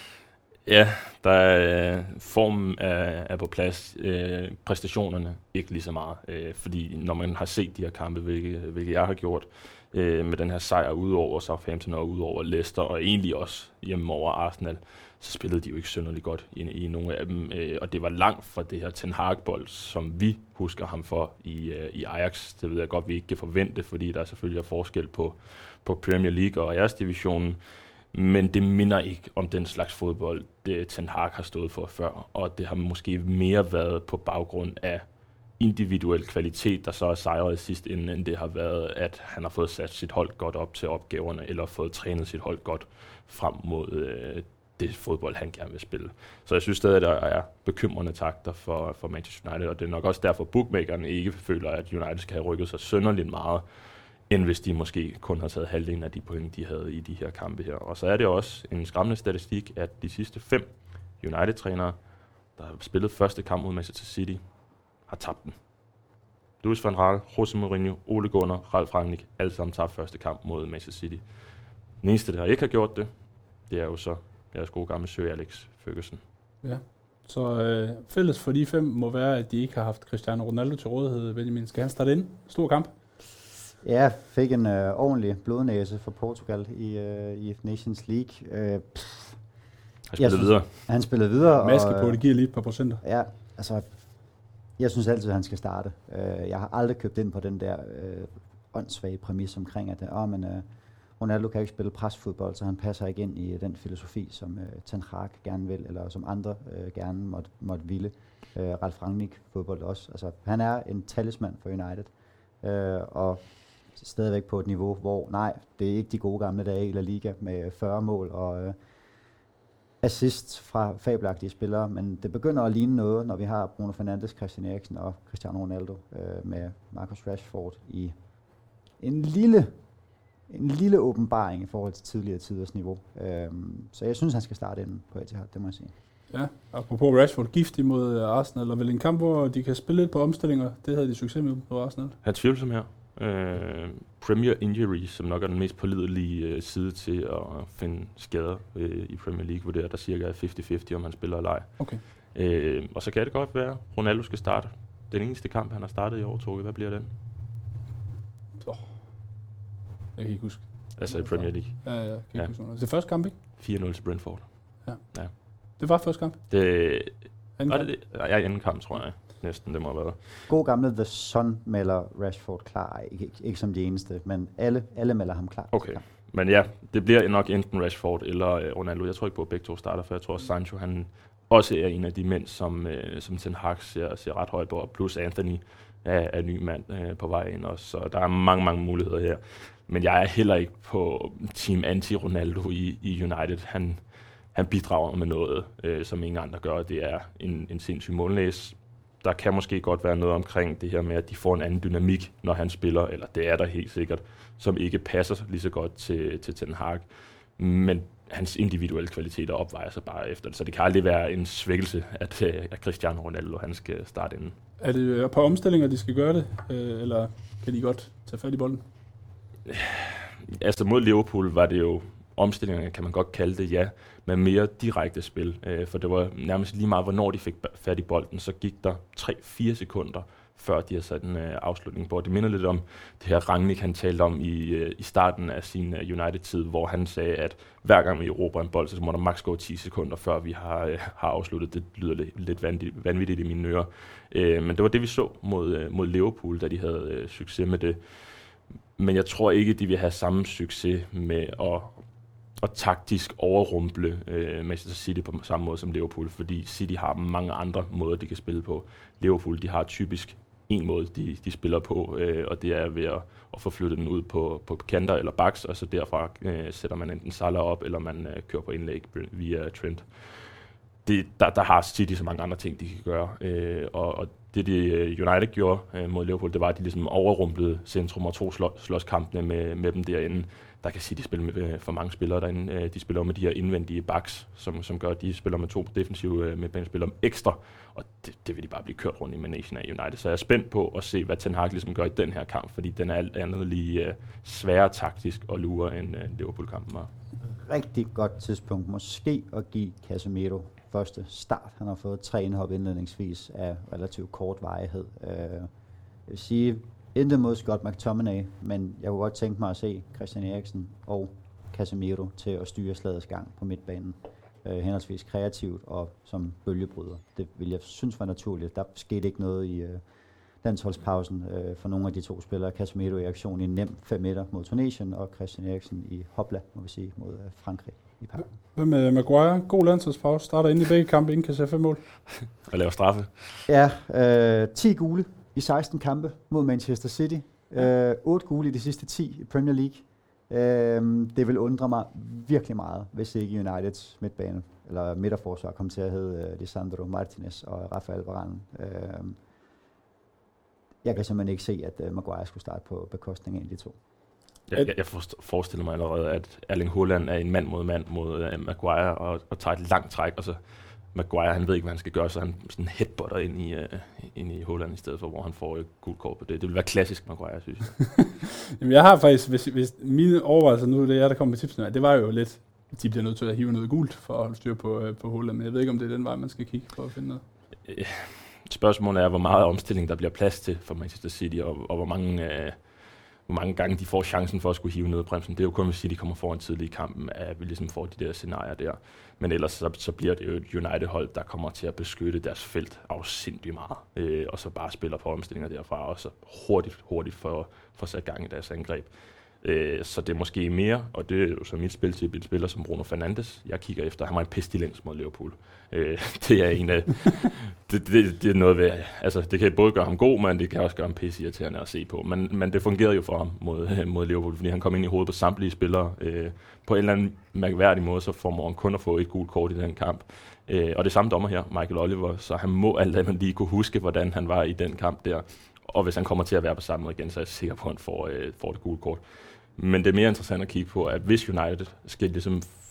Ja, der er formen er, er på plads. Øh, præstationerne ikke lige så meget. Øh, fordi når man har set de her kampe, hvilket, hvilket jeg har gjort, øh, med den her sejr ud over Southampton og ud over Leicester, og egentlig også hjemme over Arsenal, så spillede de jo ikke synderligt godt i, i nogle af dem. Øh, og det var langt fra det her Ten Hag-bold, som vi husker ham for i, øh, i Ajax. Det ved jeg godt, vi ikke kan forvente, fordi der selvfølgelig er forskel på, på Premier League og Ajax-divisionen. Men det minder ikke om den slags fodbold, det Ten Hag har stået for før. Og det har måske mere været på baggrund af individuel kvalitet, der så er sejret sidst inden, end det har været, at han har fået sat sit hold godt op til opgaverne, eller fået trænet sit hold godt frem mod øh, det fodbold, han gerne vil spille. Så jeg synes stadig, at der er bekymrende takter for, for Manchester United, og det er nok også derfor, bookmakerne ikke føler, at United skal have rykket sig synderligt meget, end hvis de måske kun har taget halvdelen af de point, de havde i de her kampe her. Og så er det også en skræmmende statistik, at de sidste fem United-trænere, der har spillet første kamp mod Manchester City, har tabt den. Luis van Gaal, Jose Mourinho, Ole Gunnar, Ralf Rangnick, alle sammen tabt første kamp mod Manchester City. Den eneste, der ikke har gjort det, det er jo så deres gode gamle Sir Alex Ferguson. Ja, så øh, fælles for de fem må være, at de ikke har haft Cristiano Ronaldo til rådighed. Benjamin, skal han starte ind? Stor kamp? Ja, fik en øh, ordentlig blodnæse for Portugal i, øh, i Nations League. Øh, han spillede synes, videre. Han spillede videre. Maske og, på, det giver lige et par procenter. Ja, altså, jeg synes altid, at han skal starte. Øh, jeg har aldrig købt ind på den der øh, åndssvage præmis omkring, at øh, men, øh, Ronaldo kan ikke spille presfodbold, så han passer ikke ind i den filosofi, som øh, Ten Hag gerne vil, eller som andre øh, gerne måtte, måtte ville. Øh, Ralf Rangnick fodbold også. Altså, han er en talisman for United. Øh, og stadigvæk på et niveau, hvor nej, det er ikke de gode gamle dage i La Liga med fyrre mål og øh, assist fra fabelagtige spillere, men det begynder at ligne noget, når vi har Bruno Fernandes, Christian Eriksen og Cristiano Ronaldo øh, med Marcus Rashford i en lille, en lille åbenbaring i forhold til tidligere tiders niveau. Øh, så jeg synes, han skal starte inden på Etihad, det må jeg sige. Ja, apropos Rashford, gift imod Arsenal, og vel en kamp, hvor de kan spille lidt på omstillinger. Det havde de succes med på Arsenal. Han tvivlsom her. Øh, Premier Injuries, som nok er den mest pålidelige øh, side til at finde skader øh, i Premier League, vurderer der cirka halvtreds halvtreds, om han spiller eller ej. Okay. Øh, og så kan det godt være, at Ronaldo skal starte. Den eneste kamp, han har startet i år, Toge, hvad bliver den? Oh. Jeg kan ikke huske. Altså i Premier League. Ja, ja, jeg kan ikke Ja. huske. Det er første kamp, ikke? fire nul til Brentford. Det var første kamp. Det, Anden var kamp. det, det? Ja, anden kamp, tror jeg. Næsten, det må have været. God gamle The Sun melder Rashford klar. Ikke, ikke, ikke som de eneste, men alle, alle melder ham klar. Okay. Men ja, det bliver nok enten Rashford eller øh, Ronaldo. Jeg tror ikke på, at begge to starter, for jeg tror, at Sancho han også er en af de mænd, som, øh, som Ten Hag ser, ser ret højt på, og plus Anthony er, er ny mand øh, på vej ind også. Så der er mange, mange muligheder her. Men jeg er heller ikke på team anti-Ronaldo i, i United. Han, han bidrager med noget, øh, som ingen andre gør. Det er en, en sindssyg målnæs. Der kan måske godt være noget omkring det her med, at de får en anden dynamik, når han spiller, eller det er der helt sikkert, som ikke passer lige så godt til, til Ten Hag. Men hans individuelle kvaliteter opvejer sig bare efter det, så det kan aldrig være en svækkelse, at, at Cristiano Ronaldo han skal starte inden. Er det på omstillinger, de skal gøre det, øh, eller kan de godt tage fat i bolden? Altså mod Liverpool var det jo omstillingerne, kan man godt kalde det, ja, med mere direkte spil, øh, for det var nærmest lige meget, hvornår de fik fat i bolden, så gik der tre fire sekunder, før de havde sat en øh, afslutning på. Det minder lidt om det her Rangnick, han talte om i, øh, i starten af sin øh, United-tid, hvor han sagde, at hver gang vi erobrer en bold, så må der maks gå ti sekunder, før vi har, øh, har afsluttet. Det lyder lidt, lidt vanvittigt, vanvittigt i mine ører. Øh, men det var det, vi så mod, øh, mod Liverpool, da de havde øh, succes med det. Men jeg tror ikke, de vil have samme succes med at og taktisk overrumple øh, Manchester City på samme måde som Liverpool, fordi City har mange andre måder, de kan spille på. Liverpool, de har typisk en måde, de, de spiller på, øh, og det er ved at, at få flyttet den ud på, på kanter eller backs, og så derfra øh, sætter man enten Salah op, eller man øh, kører på indlæg via Trent. Det, der, der har City så mange andre ting, de kan gøre, øh, og, og det, de United gjorde øh, mod Liverpool, det var, at de ligesom overrumplede centrum og to slå, slåskampene med, med dem derinde. Der kan City spille med øh, for mange spillere derinde. Øh, de spiller med de her indvendige backs, som, som gør, at de spiller med to defensive øh, midtbanespillere ekstra, og det, det vil de bare blive kørt rundt i managen af United. Så jeg er spændt på at se, hvad Ten Hag ligesom gør i den her kamp, fordi den er alt andet lige øh, sværere taktisk at lure, end øh, Liverpool-kampen var. Rigtig godt tidspunkt måske at give Casemiro første start. Han har fået tre indhop indledningsvis af relativt kort varighed. Uh, jeg vil sige, intet mod Scott McTominay, men jeg kunne godt tænke mig at se Christian Eriksen og Casemiro til at styre slagets gang på midtbanen. Uh, henholdsvis kreativt og som bølgebryder. Det vil jeg synes var naturligt. Der skete ikke noget i uh, landsholdspausen uh, for nogle af de to spillere. Casemiro i aktion i nem fem etter mod Tunesien, og Christian Eriksen i hopla, må vi sige, mod uh, Frankrig i parken. Hvad med Maguire? God landsholdspause. Starter ind i begge kampe, indkasserer fem mål. Og laver straffe. Ja, øh, ti gule i seksten kampe mod Manchester City. Øh, otte gule i de sidste ti i Premier League. Øh, det vil undre mig virkelig meget, hvis ikke Uniteds midtbane eller midterforsvar kommer til at hedde uh, Lisandro Martinez og Rafael Varane. Øh, jeg kan simpelthen ikke se, at uh, Maguire skulle starte på bekostning af en af de to. Jeg, jeg, jeg forestiller mig allerede, at Erling Haaland er en mand mod mand mod uh, Maguire og, og tager et langt træk, og så Maguire, han ved ikke, hvad han skal gøre, så han sådan headbutter ind i, uh, ind i Haaland i stedet for, hvor han får et gult kort på det. Det vil være klassisk Maguire, synes jeg. Jamen, jeg har faktisk, hvis, hvis mine overvejelser nu, det er, der kommer med tipsene, det var jo lidt, at de bliver nødt til at hive noget gult for at holde styr på, uh, på Haaland, men jeg ved ikke, om det er den vej, man skal kigge for at finde noget. Spørgsmålet er, hvor meget omstilling der bliver plads til for Manchester City, og, og hvor mange... Uh, hvor mange gange de får chancen for at skulle hive ned i bremsen. Det er jo kun, hvis de kommer foran tidligt i kampen, at vi ligesom får de der scenarier der. Men ellers så, så bliver det jo et United-hold, der kommer til at beskytte deres felt afsindigt meget. Øh, og så bare spiller på omstillinger derfra, og så hurtigt, hurtigt for, for sat gang i deres angreb. Øh, så det er måske mere, og det er jo så mit spil til et spiller som Bruno Fernandes. Jeg kigger efter, han var en pestilens mod Liverpool. Øh, det er en af... det, det, det er noget ved... Altså, det kan både gøre ham god, men det kan også gøre ham pisseirriterende at se på. Men, men det fungerede jo for ham mod, mod Liverpool, fordi han kom ind i hovedet på samtlige spillere. Øh, på en eller anden mærkværdig måde, så formår han kun at få et gult kort i den kamp. Øh, og det samme dommer her, Michael Oliver, så han må alt andet lige kunne huske, hvordan han var i den kamp der. Og hvis han kommer til at være på samme måde igen, så er jeg sikker på, at han får, øh, får det gule kort. Men det er mere interessant at kigge på, at hvis United skal ligesom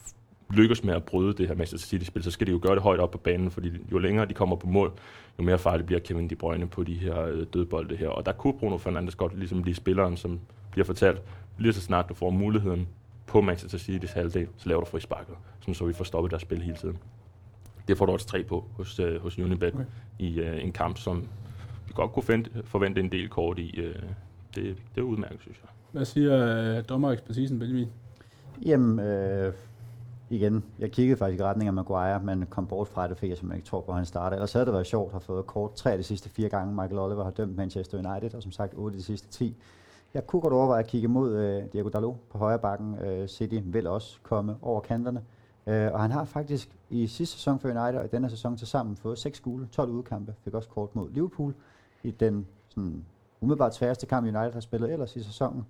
lykkes med at bryde det her Manchester City-spil, så skal de jo gøre det højt op på banen, fordi jo længere de kommer på mål, jo mere farligt bliver Kevin De Bruyne på de her øh, dødbolde her. Og der kunne Bruno Fernandes godt ligesom blive spilleren, som bliver fortalt, lige så snart du får muligheden på Manchester City's halvdel, så laver du frisparket, sådan så vi får stoppet deres spil hele tiden. Det får du også tre på hos, øh, hos Unibet okay. i øh, en kamp, som vi godt kunne fente, forvente en del kort i. Øh, det, det er udmærket, synes jeg. Hvad siger øh, dommerekspertisen, Benjamin? Jamen, øh, igen, jeg kiggede faktisk i retning af Maguire, men kom bort fra det, fordi jeg simpelthen ikke tror på, at han starter. Ellers havde det været sjovt at have fået kort tre af de sidste fire gange. Michael Oliver har dømt Manchester United, og som sagt otte af de sidste ti. Jeg kunne godt overveje at kigge mod øh, Diego Dalot på højre bakken. Øh, City vil også komme over kanterne. Øh, og han har faktisk i sidste sæson for United og i denne sæson til sammen fået seks gule, tolv udkampe. Fik også kort mod Liverpool i den sådan, umiddelbart sværeste kamp, United har spillet ellers i sæsonen.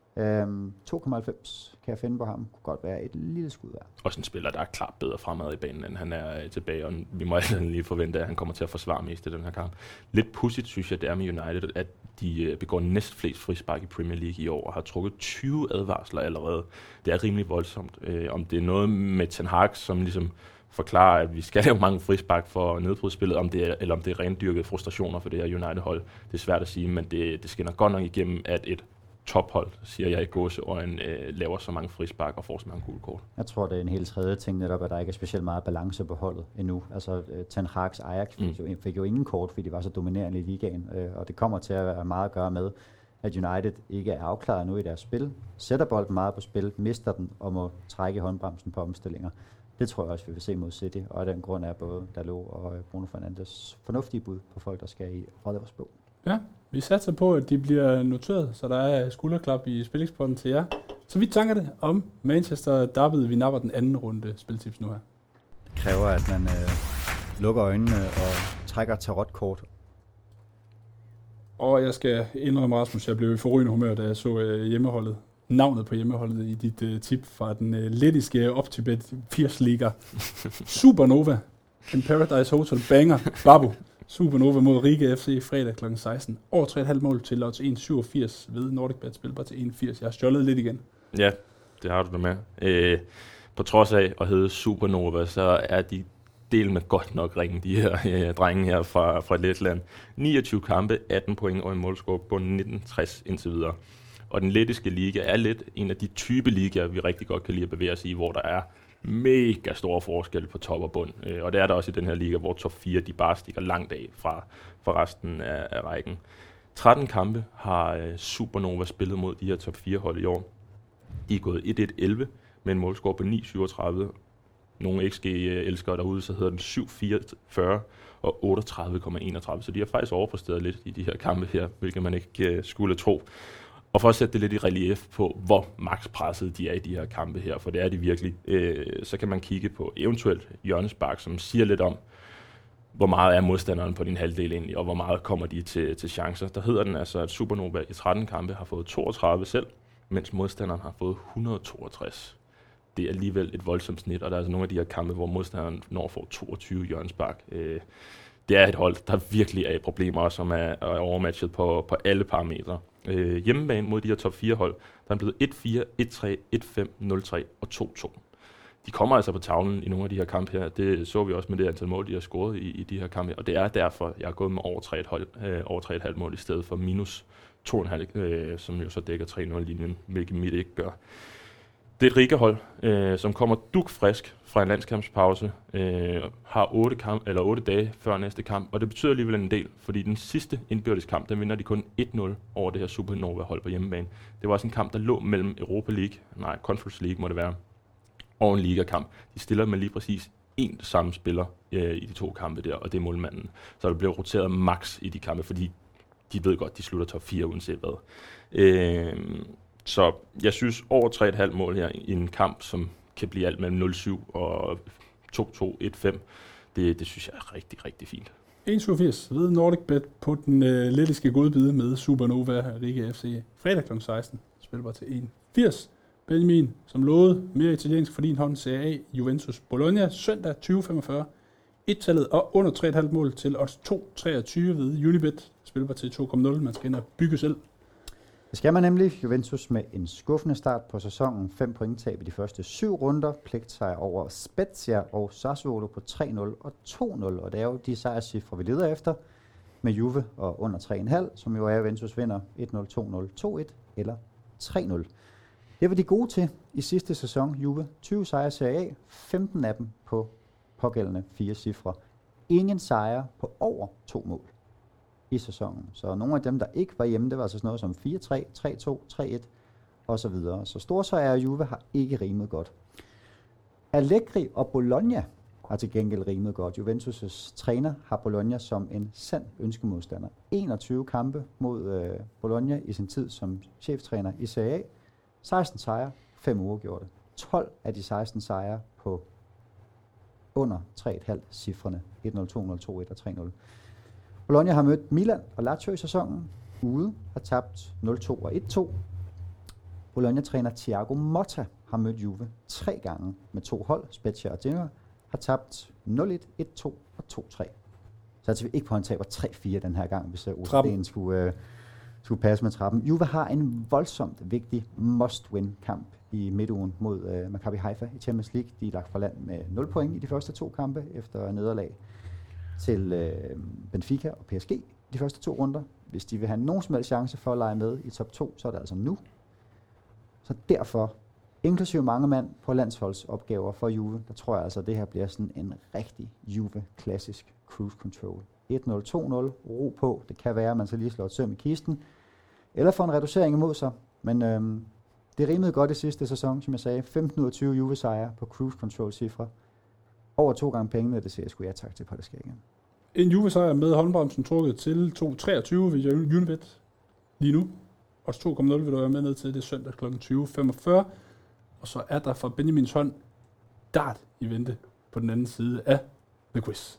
Øhm, to komma halvfems kan jeg finde på ham. Kunne godt være et lille skud værd. Også en spiller, der er klart bedre fremad i banen, end han er tilbage, og vi må altså lige forvente, at han kommer til at forsvare mest i den her kamp. Lidt pudsigt, synes jeg, det er med United, at de begår næst flest frispark i Premier League i år, og har trukket tyve advarsler allerede. Det er rimelig voldsomt. Øh, om det er noget med Ten Hag, som ligesom forklarer, at vi skal lave mange frispark for at nedbryde spillet, om det er, eller om det er rendyrkede frustrationer for det her United-hold. Det er svært at sige, men det, det skinner godt nok igennem, at et tophold, siger jeg i gåseøjen, øh, laver så mange frispark og får så mange gule kort. Jeg tror, det er en helt tredje ting netop, at der ikke er specielt meget balance på holdet endnu. Altså, uh, Ten Hag's Ajax fik, mm. jo, fik jo ingen kort, fordi de var så dominerende i ligaen, uh, og det kommer til at være meget at gøre med, at United ikke er afklaret nu i deres spil, sætter bolden meget på spil, mister den og må trække i håndbremsen på omstillinger. Det tror jeg også, vi vil se mod City, og af den grund er både Dalot og Bruno Fernandes fornuftige bud på folk, der skal i Olivers bog. Ja, vi satser på, at de bliver noteret, så der er skulderklap i spillingspotten til jer. Så vi tænker det om Manchester Derby. Vi napper den anden runde spiltips nu her. Det kræver, at man øh, lukker øjnene og trækker tarotkort. Og jeg skal indrømme, Rasmus, jeg blev i forrygende humør, da jeg så øh, hjemmeholdet. Navnet på hjemmeholdet i dit øh, tip fra den øh, lettiske OptiBet firs liga. Supernova, en Paradise Hotel banger, Babu. Supernova mod Riga F C fredag klokken seksten. Over tre komma fem mål til odds en komma syvogfirs ved NordicBet, spil bare til en komma firs. Jeg har stjålet lidt igen. Ja, det har du da med. Øh, på trods af at hedde Supernova, så er de del med godt nok ringe, de her øh, drenge her fra, fra Letland. niogtyve kampe, atten point og en målscore på nitten tres indtil videre. Og den lettiske liga er lidt en af de type ligaer, vi rigtig godt kan lide at bevæge os i, hvor der er mega store forskel på top og bund. Øh, og det er der også i den her liga, hvor top fire de bare stikker langt af fra, fra resten af, af rækken. tretten kampe har øh, Supernova spillet mod de her top fire hold i år. De er gået et et elleve med en målscore på ni komma syvogtredive. Nogle X G-elskere derude, så hedder den syv komma fireogfyrre og otteogtredive komma enogtredive. Så de har faktisk overpræsteret lidt i de her kampe her, hvilket man ikke uh, skulle tro. Og for at sætte det lidt i relief på, hvor makspresset de er i de her kampe her, for det er de virkelig, øh, så kan man kigge på eventuelt hjørnespark, som siger lidt om, hvor meget er modstanderen på din halvdel egentlig, og hvor meget kommer de til, til chancer. Der hedder den altså, at Supernova i tretten kampe har fået toogtredive selv, mens modstanderen har fået et hundrede og toogtres. Det er alligevel et voldsomt snit, og der er altså nogle af de her kampe, hvor modstanderen når får toogtyve hjørnespark. Øh, det er et hold, der virkelig er i problemer, som er, er overmatchet på, på alle parametre. Øh, hjemmebane mod de her top fire hold, der er blevet et fire, et tre, et fem, nul tre og to to. De kommer altså på tavlen i nogle af de her kampe her. Det så vi også med det antal mål, de har scoret i, i de her kampe. Og det er derfor, jeg er gået med over tre komma fem øh, over tre komma fem mål i stedet for minus to komma fem, øh, som jo så dækker tre nul-linjen, hvilket mit ikke gør. Det er et Riga-hold, øh, som kommer dugfrisk fra en landskampspause, øh, har otte, kamp, eller otte dage før næste kamp, og det betyder alligevel en del, fordi den sidste indbyrdes kamp, den vinder de kun et nul over det her Supernova-hold på hjemmebane. Det var også en kamp, der lå mellem Europa League, nej, Conference League må det være, og en ligakamp. De stiller med lige præcis én samme spiller øh, i de to kampe der, og det er målmanden. Så der bliver roteret max i de kampe, fordi de ved godt, de slutter top fire uanset hvad. Øh, Så jeg synes over tre komma fem mål her i en kamp, som kan blive alt mellem nul syv og to to, et fem, det, det synes jeg er rigtig, rigtig fint. en komma syvogfirs ved NordicBet på den øh, lettiske godbide med Supernova Riga F C fredag klokken seksten. Spiller bare til en komma firs. Benjamin, som lovede, mere italiensk for din hånd, Serie A, Juventus Bologna, søndag tyve femogfyrre. Et-tallet og under tre komma fem mål til odds to komma treogtyve ved Unibet. Spiller bare til to komma nul. Man skal ind og bygge selv. Det skal man nemlig. Juventus med en skuffende start på sæsonen. fem pointtab i de første syv runder. Pligtsejr over Spezia og Sassuolo på tre nul og to nul. Og det er jo de sejrscifre, vi leder efter. Med Juve og under tre komma fem, som jo er Juventus vinder et nul, to nul, to et eller tre nul. Det var de gode til i sidste sæson. Juve tyve sejre i Serie A, femten af dem på pågældende fire cifre. Ingen sejre på over to mål i sæsonen. Så nogle af dem, der ikke var hjemme, det var altså sådan noget som fire tre, tre to, tre et og så videre. Så storsejre af Juve har ikke rimet godt. Allegri og Bologna har til gengæld rimet godt. Juventus' træner har Bologna som en sand ønskemodstander. enogtyve kampe mod øh, Bologna i sin tid som cheftræner i Serie A. seksten sejre, fem uafgjorte. tolv af de seksten sejre på under tre komma fem cifrene. et nul, to nul, to et og tre nul. Bologna har mødt Milan og Lazio i sæsonen. Ude har tabt nul to og et to. Bologna-træner Thiago Motta har mødt Juve tre gange med to hold, Spezia og Genoa, har tabt nul et, et to og to tre. Så altså vi ikke på en taber tre fire den her gang, hvis O C D'en skulle, øh, skulle passe med trappen. Juve har en voldsomt vigtig must-win-kamp i midtugen mod øh, Maccabi Haifa i Champions League. De er lagt fra land med nul point i de første to kampe efter nederlag til øh, Benfica og P S G i de første to runder. Hvis de vil have nogen som helst chance for at lege med i top to, så er det altså nu. Så derfor, inklusive mange mand på landsholdsopgaver for Juve, der tror jeg altså, at det her bliver sådan en rigtig Juve-klassisk cruise control. et nul, to nul, ro på. Det kan være, at man så lige slår et søm i kisten, eller får en reducering imod sig. Men øhm, det rimede godt i sidste sæson, som jeg sagde. femten ud af tyve Juve-sejre på cruise control-cifre. Over to gange pengene, det ser jeg sgu ja tak til på det skægge. En Juve-sejr med håndbremsen trukket til to komma treogtyve ved Unibet lige nu. Odds to komma nul vil du være med ned til, det er søndag kl. tyve femogfyrre. Og så er der fra Benjamins hånd dart i vente på den anden side af The Quiz.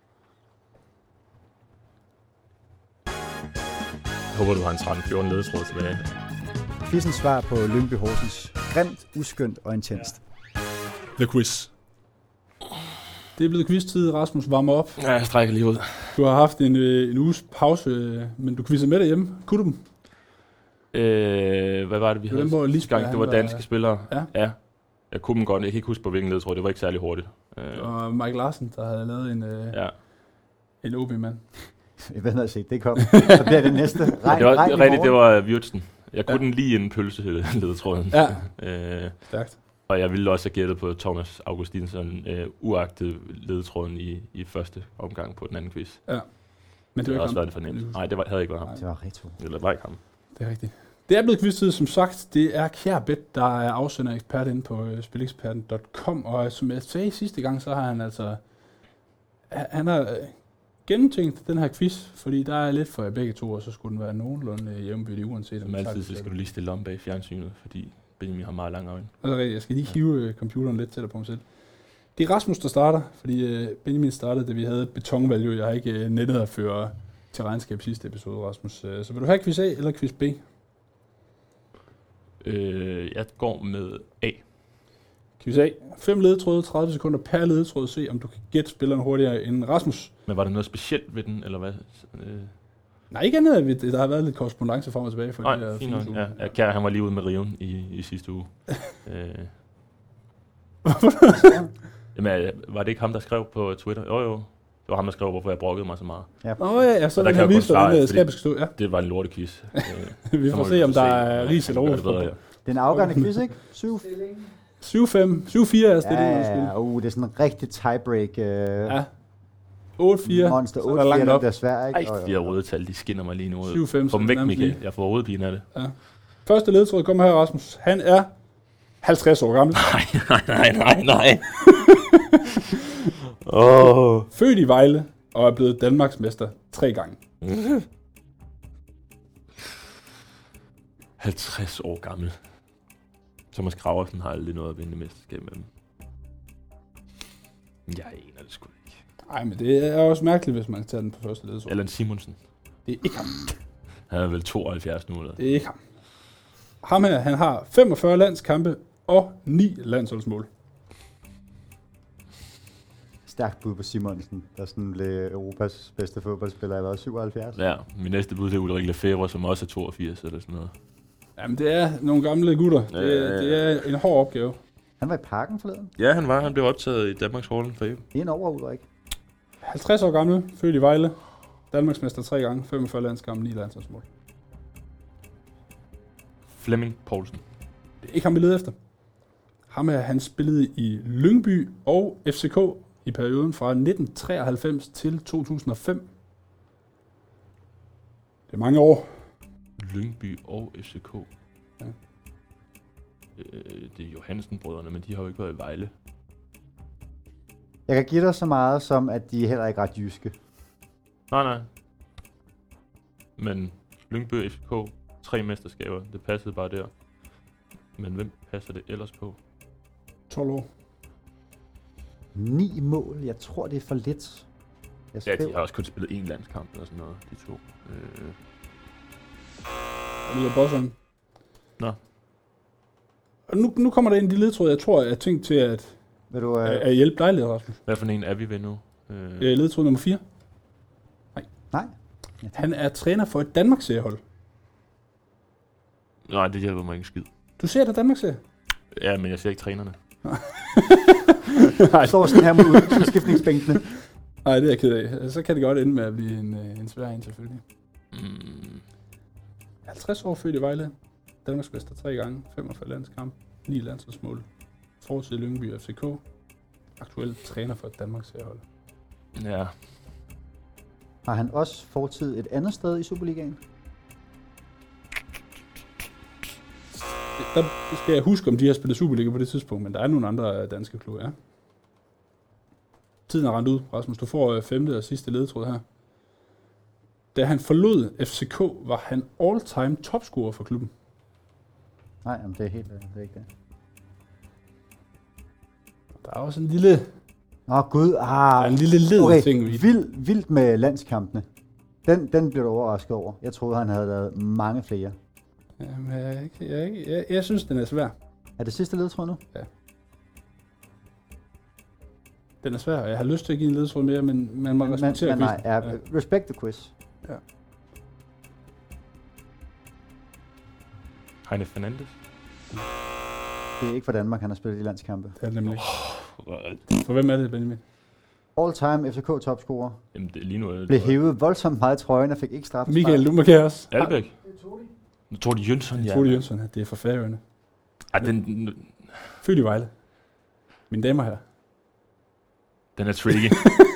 Jeg håber, du har en tretten fjorten ledetråd tilbage. Quizens svar på Lyngby Horsens. Grimt, uskyndt og intenst. The Quiz. Det er blevet quiz-tid, Rasmus, varmer op. Ja, jeg strækker lige ud. Du har haft en, en uges pause, men du quizzer med derhjemme. Kunne du dem? Øh, hvad var det, vi det havde var sidste gang? Det var danske var, spillere. Ja. ja. Jeg kunne dem godt, jeg kan ikke huske på hvilken ledetråd. Det var ikke særlig hurtigt. Det var Mike Larsen, der havde lavet en, ja. en O B-mand. Jeg ved ikke, se, det kom. Så bliver det næste. Regn, det var regn rigtigt, det var Wirtsen. Jeg kunne ja. den lige inden pølseledetråden. Ja, øh, stærkt. Og jeg ville også have gættet på Thomas Augustinsson, øh, uagtet ledetråden i, i første omgang på den anden quiz. Ja. Men det, det var også ikke været det fornemt. Nej, det var, havde ikke været ham. Det var Reto. Eller var ikke ham. Det er rigtigt. Det er blevet quiz-tid, som sagt. Det er Kjærbet, der er afsender ekspert inde på uh, spileksperten punktum com. Og som jeg sagde sidste gang, så har han altså... Han har uh, gennemtænkt den her quiz, fordi der er lidt for begge to, og så skulle den være nogenlunde uh, jævnbyrdig, uanset som altid, så skal du lige stille om bag fjernsynet, fordi Benjamin har meget lange øjne. Altså, jeg skal lige hive uh, computeren lidt tættere på mig selv. Det er Rasmus, der starter, fordi uh, Benjamin startede, da vi havde betonvalue. Jeg har ikke uh, nettet at føre til regnskab sidste episode, Rasmus. Uh, så vil du have quiz A eller quiz B? Øh, jeg går med A. Quiz A. Fem ledetråde, tredive sekunder per ledetråd. Se, om du kan gætte spilleren hurtigere end Rasmus. Men var der noget specielt ved den, eller hvad? Øh. Nej, ikke andet, at der har været lidt korrespondance frem og tilbage. For Nej, de fint nok. Ja, ja, Kjær, han var lige ude med riven i, i sidste uge. øh. Jamen, var det ikke ham, der skrev på Twitter? Jo, jo. Det var ham, der skrev, hvorfor jeg brokkede mig så meget. Ja. Åh oh, ja, ja, så og der vil han vise, hvordan det skal bestå. Ja. Det var en lortequiz. Vi får se, om der er ris eller ros. Det er en afgørende quiz, ikke? syv syv fem, syv fire er stillingen. Ja, ja, uh, det er sådan en rigtig tiebreak. Uh, ja. otte fire. Monster otte fire, den der svær, ikke? Ej, de her røde tal, de skinner mig lige nu. syv fem. Få dem væk, Michael. Jeg får hovedpine af det. Ja. Første ledetråd kommer her, Rasmus. Han er halvtreds år gammel. Nej, nej, nej, nej, nej. oh. Født i Vejle og er blevet Danmarksmester tre gange. halvtreds år gammel. Thomas Graversen har aldrig noget at vinde mesterskab med dem. Jeg aner det sgu ikke. Nej, men det er også mærkeligt, hvis man kan tage den på første ledetråd. Allan Simonsen. Det er ikke ham. Han er vel tooghalvfjerds nu, eller? Det er ikke ham. Ham her, han har femogfyrre landskampe og ni landsholdsmål. Stærkt bud på Simonsen, der sådan blev Europas bedste fodboldspiller i syvoghalvfjerds. Ja, min næste bud er Ulrik Lefebvre, som også er toogfirs eller sådan noget. Jamen, det er nogle gamle gutter. Det, Ja. det er en hård opgave. Han var i parken forleden. Ja, han var. Han blev optaget i Danmarks Hall of Fame. En over, Ulrik. halvtreds år gammel, født i Vejle. Danmarksmester tre gange, femogfyrre landskampe, ni landsholdsmål. Flemming Poulsen. Det er ikke ham, vi leder efter. Ham er han spillede i Lyngby og F C K i perioden fra nitten treoghalvfems til to tusind og fem. Det er mange år. Lyngby og F C K. Ja. Øh, det er Johansen-brødrene, men de har jo ikke været i Vejle. Jeg kan give dig så meget som, at de er heller ikke ret jyske. Nej, nej. Men Lyngby og F C K, tre mesterskaber, det passede bare der. Men hvem passer det ellers på? tolv år. Ni mål. Jeg tror, det er for lidt. Jeg Ja, skriver. de har også kun spillet én landskamp eller sådan noget, de to. Øh, Og lyder bosseren. Nå. Og nu, nu kommer der en lille ledtråd, jeg tror, jeg har tænkt til at, Vil du, at, øh, at hjælpe dig lidt, Rasmus. hvad for en er vi ved nu? Øh, Øh, ledtråd nummer fire. nej. Han er træner for et Danmarks-seriehold. nej, det hjælper mig ikke skid. Du ser der Danmarks-serie? Ja, men jeg ser ikke trænerne. Jeg står sådan her mod udskiftningsbænkene. Nej, det er jeg ked af. Så kan det godt ende med at blive en, øh, en svær en, selvfølgelig. Mm, halvtreds år født i Vejle. Danmarksmester tre gange. femogfyrre landskamp. ni landsholdsmål. Fortid i Lyngby og F C K. Aktuel træner for et Danmarks-seriehold. ja, Har han også fortid et andet sted i Superligaen? Der skal jeg huske, om de har spillet Superliga på det tidspunkt, men der er nogle andre danske klubber, ja. Tiden er rendt ud, Rasmus. Du får øh, femte og sidste ledetråd her. Da han forlod F C K, var han all-time topscorer for klubben. Nej, jamen, det er helt det er ikke det. Der er også en lille, Åh, Gud. der Ah, er en lille led okay. ting i. Vild, vildt med landskampene. Den, den blev du overrasket over. Jeg troede, han havde lavet mange flere. Jamen, jeg, er ikke- jeg, er ikke- jeg, jeg synes, den er svær. Er det sidste ledtråd nu? Den er svær, og jeg har lyst til at give en ledetråd mere, men man må Men, respektere men nej, quizzen. ja, Ja. respect the quiz. Heine Fernandes. Det er ikke for Danmark, han har spillet i landskampe. Det er det nemlig. For hvem er det, Benjamin? All-time F C K topscorer. Jamen, det er lige nu... er det- Blev hævet voldsomt meget i trøjen og fik ikke straf. Michael, du må kære os. Albæk. Tordi Jønsson, ja. Frode Jønsson, det er for Færøerne. Ej, den, Født i Vejle. Mine damer her. den er tricky.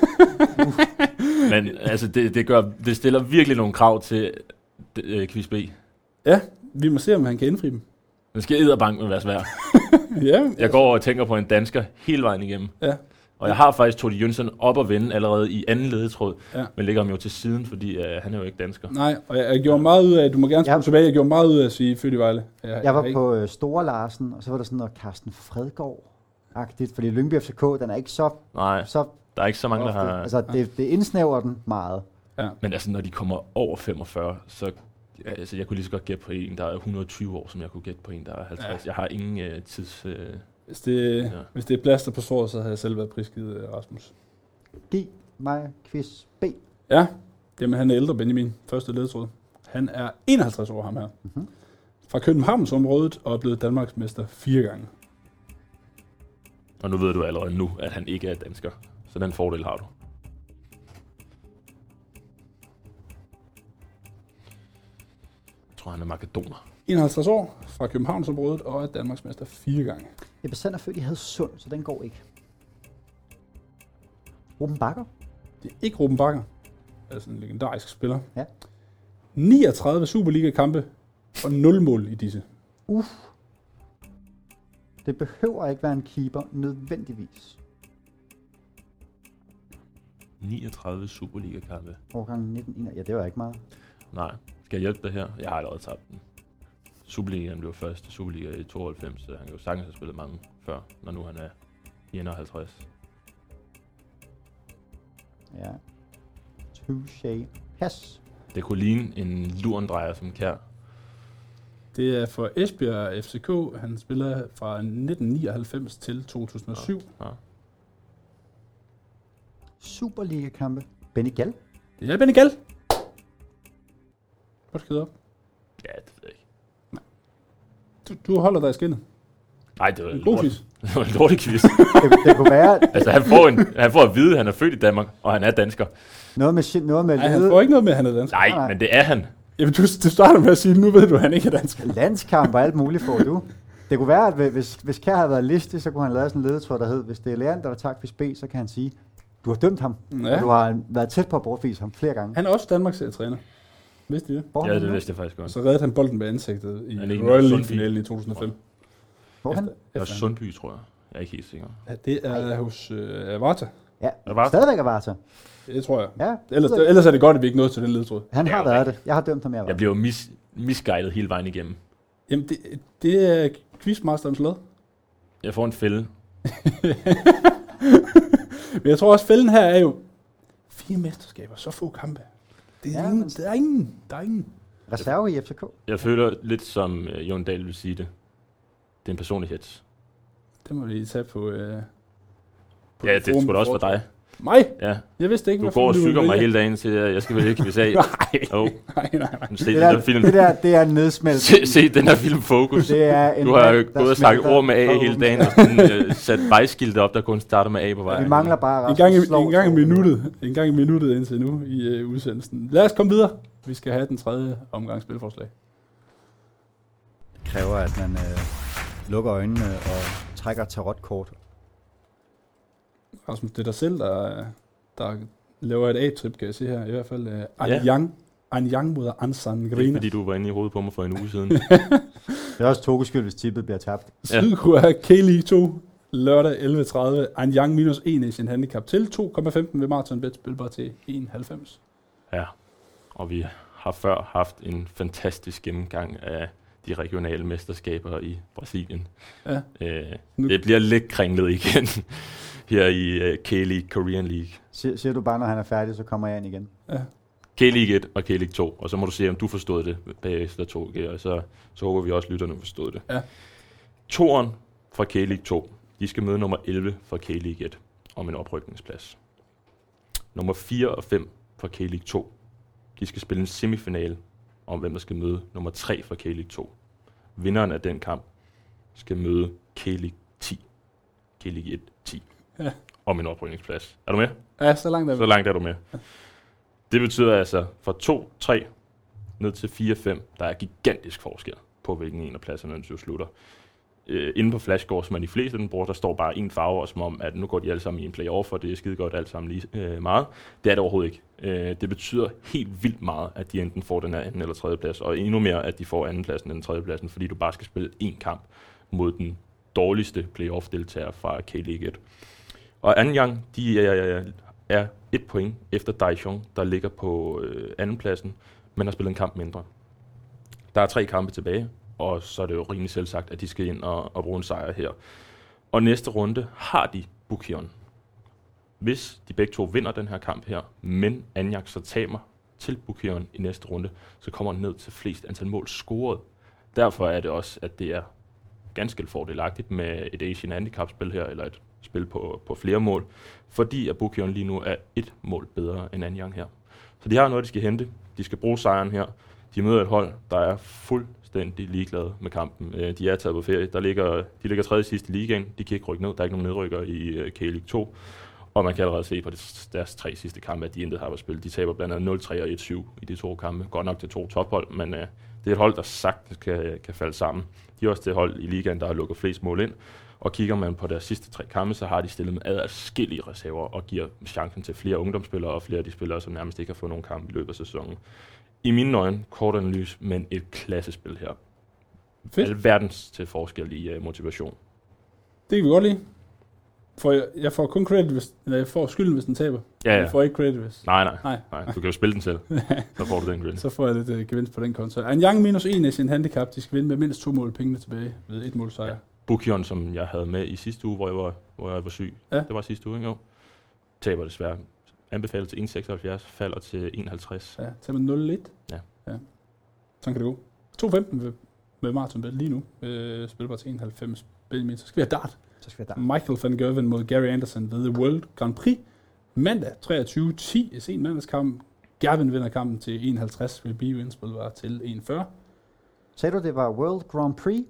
Men altså, det, det, gør, det stiller virkelig nogle krav til uh, quiz B. Ja, vi må se, om han kan indfri dem. Den skal edderbank være svær. Ja, Jeg går og tænker på en dansker hele vejen igennem. ja. Og jeg har faktisk Tordi Jønsson op og vende allerede i anden ledetråd. Ja. Men lægger ham jo til siden, fordi uh, han er jo ikke dansker. Nej, og jeg, jeg gjorde meget ud af, du må gerne Ja. spille tilbage, jeg gjorde meget ud af at sige født i Vejle. Jeg, Jeg var har på øh, Store Larsen, og så var der sådan noget Carsten Fredgaard-agtigt, fordi Lyngby F C K, den er ikke så... Nej, så der er ikke så mange, der ofte. har... Altså, det, det indsnæver den meget. Men altså, når de kommer over femogfyrre, så... Altså, jeg kunne lige så godt gætte på en, der er et hundrede og tyve år, som jeg kunne gætte på en, der er halvtreds. Ja. Jeg har ingen uh, tids... Uh, Hvis det, Ja. hvis det er plaster på såret, så havde jeg selv været prisgivet, øh, Rasmus. Giv mig quiz B. Ja, jamen han er ældre, Benjamin. Første ledetråd. Han er enoghalvtreds år, ham her. Mhm. Fra Københavnsområdet og er blevet Danmarksmester fire gange. og nu ved du allerede nu, at han ikke er dansker. Så den fordel har du. Jeg tror, han er makedoner. enoghalvtreds år, fra Københavnsområdet og er Danmarksmester fire gange. Jeg besand er født i Hadsund, så den går ikke. Ruben Bakker? Det er ikke Ruben Bakker. Altså en legendarisk spiller. Ja. niogtredive Superliga-kampe og nul mål i disse. Uff. Det behøver ikke være en keeper, nødvendigvis. niogtredive Superliga-kampe. Årgang nitten enoghalvtreds. Ja, det var ikke meget. Nej, skal jeg hjælpe dig her? Jeg har allerede tabt den. Superligaen blev første Superliga i tooghalvfems, så han kan jo sagtens have spillet mange før, når nu han er enoghalvtreds. Ja. Touché. Pas. Det kunne ligne en lurendrejer som Kjær. Det er for Esbjerg F C K. Han spiller fra nitten nioghalvfems til to tusind og syv. Ja. Superliga-kampe. Benny Gall. Det er Benny Gall. Godt skrevet op. Ja, det ved jeg ikke. Du, du holder dig i skinnet. Nej, det var En god lort. quiz. Det var en lortequiz. Det, det kunne være Altså, han får, en, han får at vide, at han er født i Danmark, og han er dansker. noget med, shit- noget med Nej, han lede, får ikke noget med, at han er dansk. Nej, Nej. men det er han. Jamen, du, du starter med at sige, nu ved du, at han ikke er dansk. landskamp og alt muligt får du. Det kunne være, at hvis, hvis Kjær havde været listig, så kunne han lave sådan en ledetråd, der hed, hvis det er Leander, der tager quiz B, så kan han sige, du har dømt ham, Ja. og du har været tæt på at bortvise ham flere gange. Han er også Danmarks træner. Vidste I det? Hvor er Ja, han det nu? vidste jeg faktisk godt. Så reddede han bolden med ansigtet i Er det ikke Royal noget League-finalen i to tusind og fem. Hvor er han? Det var Efter han- Sundby, tror jeg. Jeg er ikke helt sikker. Ja, det er hos øh, Avarta. Ja, det var- stadigvæk er Varta. Det tror jeg. Ja, Ellers, ellers er det godt, at vi ikke nåede til den ledtråd. han har Ja, været okay. det. Jeg har dømt ham, jeg var. Jeg bliver jo mis, misguidet hele vejen igennem. Jamen, det, det er quizmasterens lod. Jeg får en fælde. Men jeg tror også, fælden her er jo fire mesterskaber, så få kampe. Det er Ja, ja, ingen, men- der er ingen, der er ingen. Reserve i F C K. Jeg føler lidt som uh, Jon Dahl vil sige det. Det er en personlig hets. Det må vi tage på... Øh, på Ja, det forum skulle da også for for dig. Mig? Ja. Jeg vidste ikke, Du hvad går og fanden syger ville mig vælge. hele dagen til, at jeg skal vælge quiz A. Nej, Oh, nej, nej, nej. se Det den der, der film. det der, det er en nedsmelt. Se, se den der film Focus. Det er en Du har jo mand, der gået og sagt smelter ord med A på hele åben. dagen, og sådan, uh, sat vejskilte op, der kun starter med A på vejen. Vi mangler bare En gang, i, Rasmus Slov- en gang i minuttet, en gang i minuttet indtil nu i øh, udsendelsen. Lad os komme videre. Vi skal have den tredje omgang spilforslag. Det kræver, at man øh, lukker øjnene og trækker tarotkort. Rasmus, det er dig selv, der, der laver et A-trip, kan jeg se her. I hvert fald uh, Ja. Anyang. Anyang mod Ansan Det er Grine. fordi, du var inde i hovedet på mig for en uge siden. Det er også Togos skyld, hvis tippet bliver tabt. Ja. Sydkorea K-League to, lørdag elleve tredive. Anyang minus en i sin handicap til to komma femten ved Marathon Bet, spilbar til en komma halvfems. Ja, og vi har før haft en fantastisk gennemgang af de regionale mesterskaber i Brasilien. Ja. Øh, Nu- det bliver lidt kringlet igen her i uh, K-League, Korean League. Siger, siger du bare, når han er færdig, så kommer jeg ind igen. Ja. K-League et og K-League to, og så må du se, om du forstod det bagefter to, og så, så håber vi også, at lytterne forstod det. Ja. Toren fra K-League to, de skal møde nummer elleve fra K-League et om en oprykningsplads. Nummer fire og fem fra K-League to, de skal spille en semifinale om, hvem der skal møde nummer tre fra K-League to. Vinderen af den kamp skal møde K-League ti. K-League et ti. Ja. Om en oprykningsplads. Er du med? Ja, så langt er vi. Så langt er du med. Det betyder altså fra to tre ned til fire fem, der er gigantisk forskel på, hvilken en af pladserne du slutter. Øh, inde på Flashscore, som er de fleste af den bruger, der står bare en farve, og som om, at nu går de alle sammen i en playoff, og det er skide godt alt sammen lige øh, meget. Det er det overhovedet ikke. Øh, det betyder helt vildt meget, at de enten får den her anden eller tredje plads, og endnu mere, at de får anden pladsen end tredje pladsen, fordi du bare skal spille én kamp mod den dårligste playoff-deltager fra K-League et. Og Anyang, de er, er et point efter Daejeon, der ligger på øh, andenpladsen, men har spillet en kamp mindre. Der er tre kampe tilbage, og så er det jo rimelig selvsagt, at de skal ind og, og bruge en sejr her. Og næste runde har de Bukyon. Hvis de begge to vinder den her kamp her, men Anyang så taber til Bukyon i næste runde, så kommer den ned til flest antal mål scoret. Derfor er det også, at det er ganske fordelagtigt med et Asian Handicap-spil her, eller et spil på, på flere mål, fordi at Bukyon lige nu er et mål bedre end Anyang her. Så de har noget, de skal hente. De skal bruge sejren her. De møder et hold, der er fuldstændig ligeglade med kampen. De er taget på ferie. Der ligger, de ligger tredje sidst i ligaen. De kan ikke rykke ned. Der er ikke nogen nedrykker i K-League to. Og man kan allerede se på deres tre sidste kampe, at de intet har at spille. De taber blandt andet nul tre og et syv i de to kampe. Godt nok til to tophold, men uh, det er et hold, der sagtens kan, kan falde sammen. De er også det hold i ligaen, der har lukket flest mål ind. Og kigger man på deres sidste tre kampe, så har de stillet med adskillige reserver og giver chancen til flere ungdomsspillere og flere af de spillere, som nærmest ikke har fået nogen kamp i løbet af sæsonen. I mine øjne, kort analyse, men et klassespil her. Fedt. Alverdens til forskel i uh, motivation. Det kan vi godt lide. For jeg, jeg får kun credit, hvis, eller jeg får skylden, hvis den taber. Ja, ja. Jeg får ikke credit, hvis... Nej, nej, Nej. nej. Du kan jo spille den selv. Så får du den credit. Så får jeg lidt uh, gevinst på den konto. Anyang minus en i sin handicap. De skal vinde med mindst to mål pengene tilbage ved et mål sejr. Ja. Bukyon, som jeg havde med i sidste uge, hvor jeg var, hvor jeg var syg. Ja. Det var sidste uge, ikke? Jo. Taber desværre. Anbefalet til en komma seksoghalvfjerds, falder til en komma halvtreds. Ja, tager man nul et. Ja. ja. Sådan kan det gå. to femten med, med Marathon Bet lige nu. Øh, spiller bare til en komma halvfems. Så skal vi have dart. Så skal jeg der. Michael van Gerwen mod Gary Anderson ved The World Grand Prix. Mandag treogtyve ti i sen mandagskamp. Gerwen vinder kampen til en komma halvtreds. Vil blive indspillet til en komma fyrre. Sagde du, det var World Grand Prix?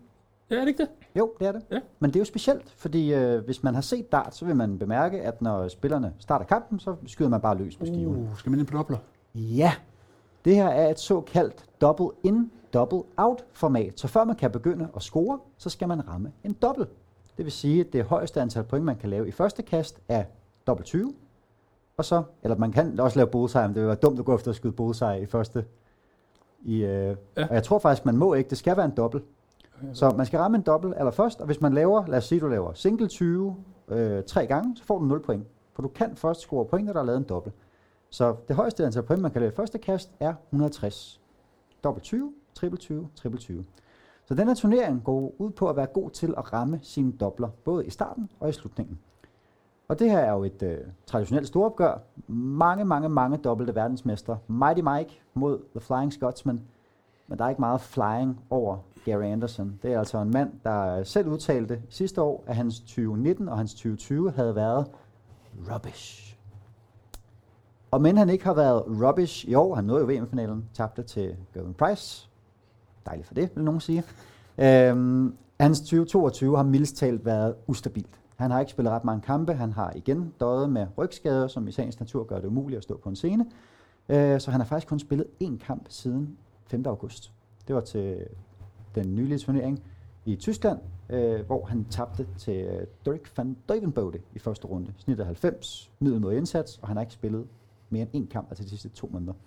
Ja, er det ikke det? Jo, det er det. Ja. Men det er jo specielt, fordi øh, hvis man har set dart, så vil man bemærke, at når spillerne starter kampen, så skyder man bare løs med skiven. Uh, skal man ind på dobbler? Ja, det her er et såkaldt double in, double out format. Så før man kan begynde at score, så skal man ramme en dobbel. Det vil sige, at det højeste antal point, man kan lave i første kast, er dobbelt tyve. Og så, eller man kan også lave bullseye, men det vil være dumt at gå efter at skyde bullseye i første. I, øh, ja. Og jeg tror faktisk, man må ikke. Det skal være en dobbelt. Okay. Så man skal ramme en dobbelt allerførst, og hvis man laver, lad os sige, du laver single tyve øh, tre gange, så får du nul point. For du kan først score point, når der er lavet en dobbelt. Så det højeste antal point, man kan lave i første kast, er et hundrede og tres. Dobbelt tyve, triple tyve, triple tyve. Så denne turnering går ud på at være god til at ramme sine dobler, både i starten og i slutningen. Og det her er jo et øh, traditionelt storopgør. Mange, mange, mange dobbelte verdensmestre. Mighty Mike mod The Flying Scotsman. Men der er ikke meget flying over Gary Anderson. Det er altså en mand, der selv udtalte sidste år, at hans tyve nitten og hans tyve tyve havde været rubbish. Og men han ikke har været rubbish i år, han nåede jo V M-finalen, tabte til Gervin Price. Dejligt for det, vil nogen sige. Øhm, hans tyve toogtyve har mildest talt været ustabilt. Han har ikke spillet ret mange kampe, han har igen døjet med rygskader, som i sagens natur gør det umuligt at stå på en scene. Øh, så han har faktisk kun spillet én kamp siden femte august. Det var til den nylige turnering i Tyskland, øh, hvor han tabte til øh, Dirk van Duivenbode i første runde. Snittet halvfems, middel mod indsats, og han har ikke spillet mere end én kamp, altså de sidste to måneder.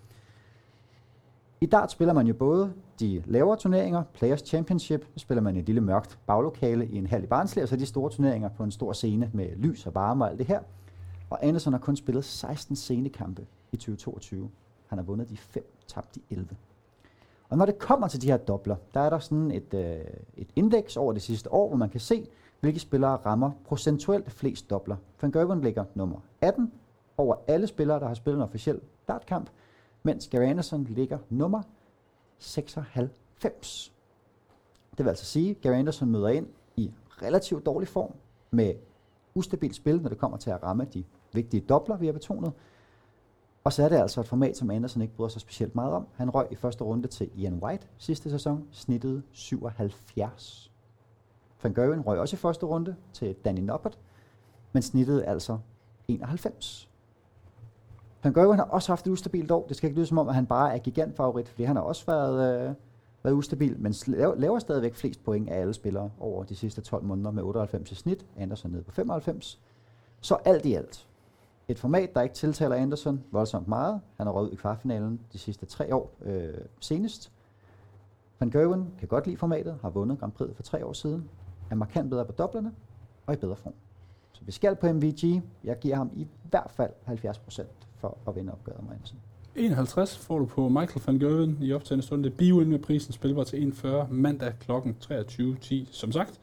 I dart spiller man jo både de lavere turneringer, Players Championship, så spiller man i et lille mørkt baglokale i en hal i Barnsley, og så de store turneringer på en stor scene med lys og varme og alt det her. Og Anderson har kun spillet seksten scenekampe i tyve toogtyve. Han har vundet de fem, tabt de elleve. Og når det kommer til de her dobler, der er der sådan et, øh, et indeks over det sidste år, hvor man kan se, hvilke spillere rammer procentuelt flest dobler. Van Gerwen ligger nummer atten over alle spillere, der har spillet en officiel dartkamp, mens Gary Anderson ligger nummer seksoghalvfems. Det vil altså sige, at Gary Anderson møder ind i relativt dårlig form med ustabilt spil, når det kommer til at ramme de vigtige dobler, vi har betonet. Og så er det altså et format, som Anderson ikke bryder sig specielt meget om. Han røg i første runde til Ian White sidste sæson, snittede syvoghalvfjerds. Van Gerwen røg også i første runde til Danny Noppert, men snittede altså enoghalvfems. Van Gerwen har også haft et ustabilt år. Det skal ikke lyde som om, at han bare er gigantfavorit, fordi han har også været, øh, været ustabil, men laver, laver stadigvæk flest point af alle spillere over de sidste tolv måneder med otteoghalvfems i snit. Anderson nede på femoghalvfems. Så alt i alt et format, der ikke tiltaler Anderson voldsomt meget. Han har røget ud i kvartfinalen de sidste tre år øh, senest. Van Gerwen kan godt lide formatet, har vundet Grand Prix for tre år siden, er markant bedre på doblerne og i bedre form. Så vi skal på M V G. Jeg giver ham i hvert fald halvfjerds procent for at vinde opgøret med Anderson. enoghalvtreds får du på Michael van Gerwen i optagende stunde. Det er B-win med prisen, spilbar til enogfyrre mandag klokken treogtyve ti, som sagt.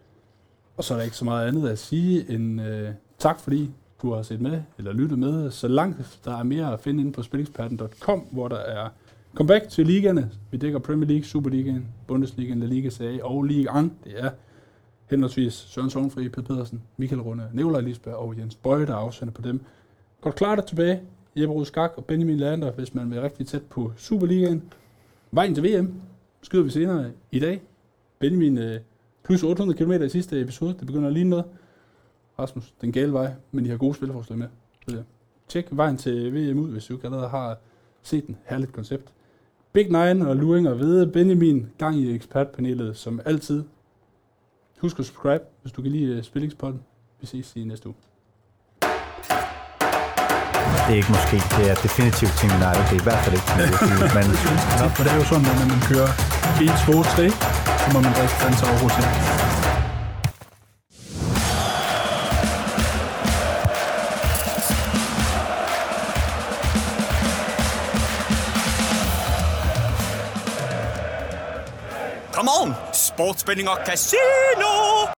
Og så er der ikke så meget andet at sige end øh, tak, fordi du har set med eller lyttet med. Så langt der er mere at finde inde på spilleksperten punktum com, hvor der er comeback til ligaerne. Vi dækker Premier League, Superligaen, Bundesligaen, La Liga Serie og Ligue et. Det er henholdsvis Søren Sognfri, Peter Pedersen, Michael Runde, Nikolaj Lisberg og Jens Bøje, der afsender på dem. Godt klart tilbage. Jeppe Rud Skak og Benjamin Lander, hvis man vil rigtig tæt på Superligaen. Vejen til V M skyder vi senere i dag. Benjamin øh, plus otte hundrede kilometer i sidste episode. Det begynder at ligne noget. Rasmus, den gale vej, men de har gode spilforslag med. Så tjek vejen til V M ud, hvis du ikke allerede har set den. Herligt koncept. Big Nine og Luring og Vede. Benjamin, gang i ekspertpanelet som altid. Husk at subscribe, hvis du kan lide Spillingspodden. Vi ses i næste uge. Det er ikke måske, det er definitivt Team United, det er i hvert fald ikke Team United, men... Ja, for det er jo sådan, at når man kører en, to, tre, så må man rigtig fandme sig overhovedet til. Come on, Sportsbetting og Casino!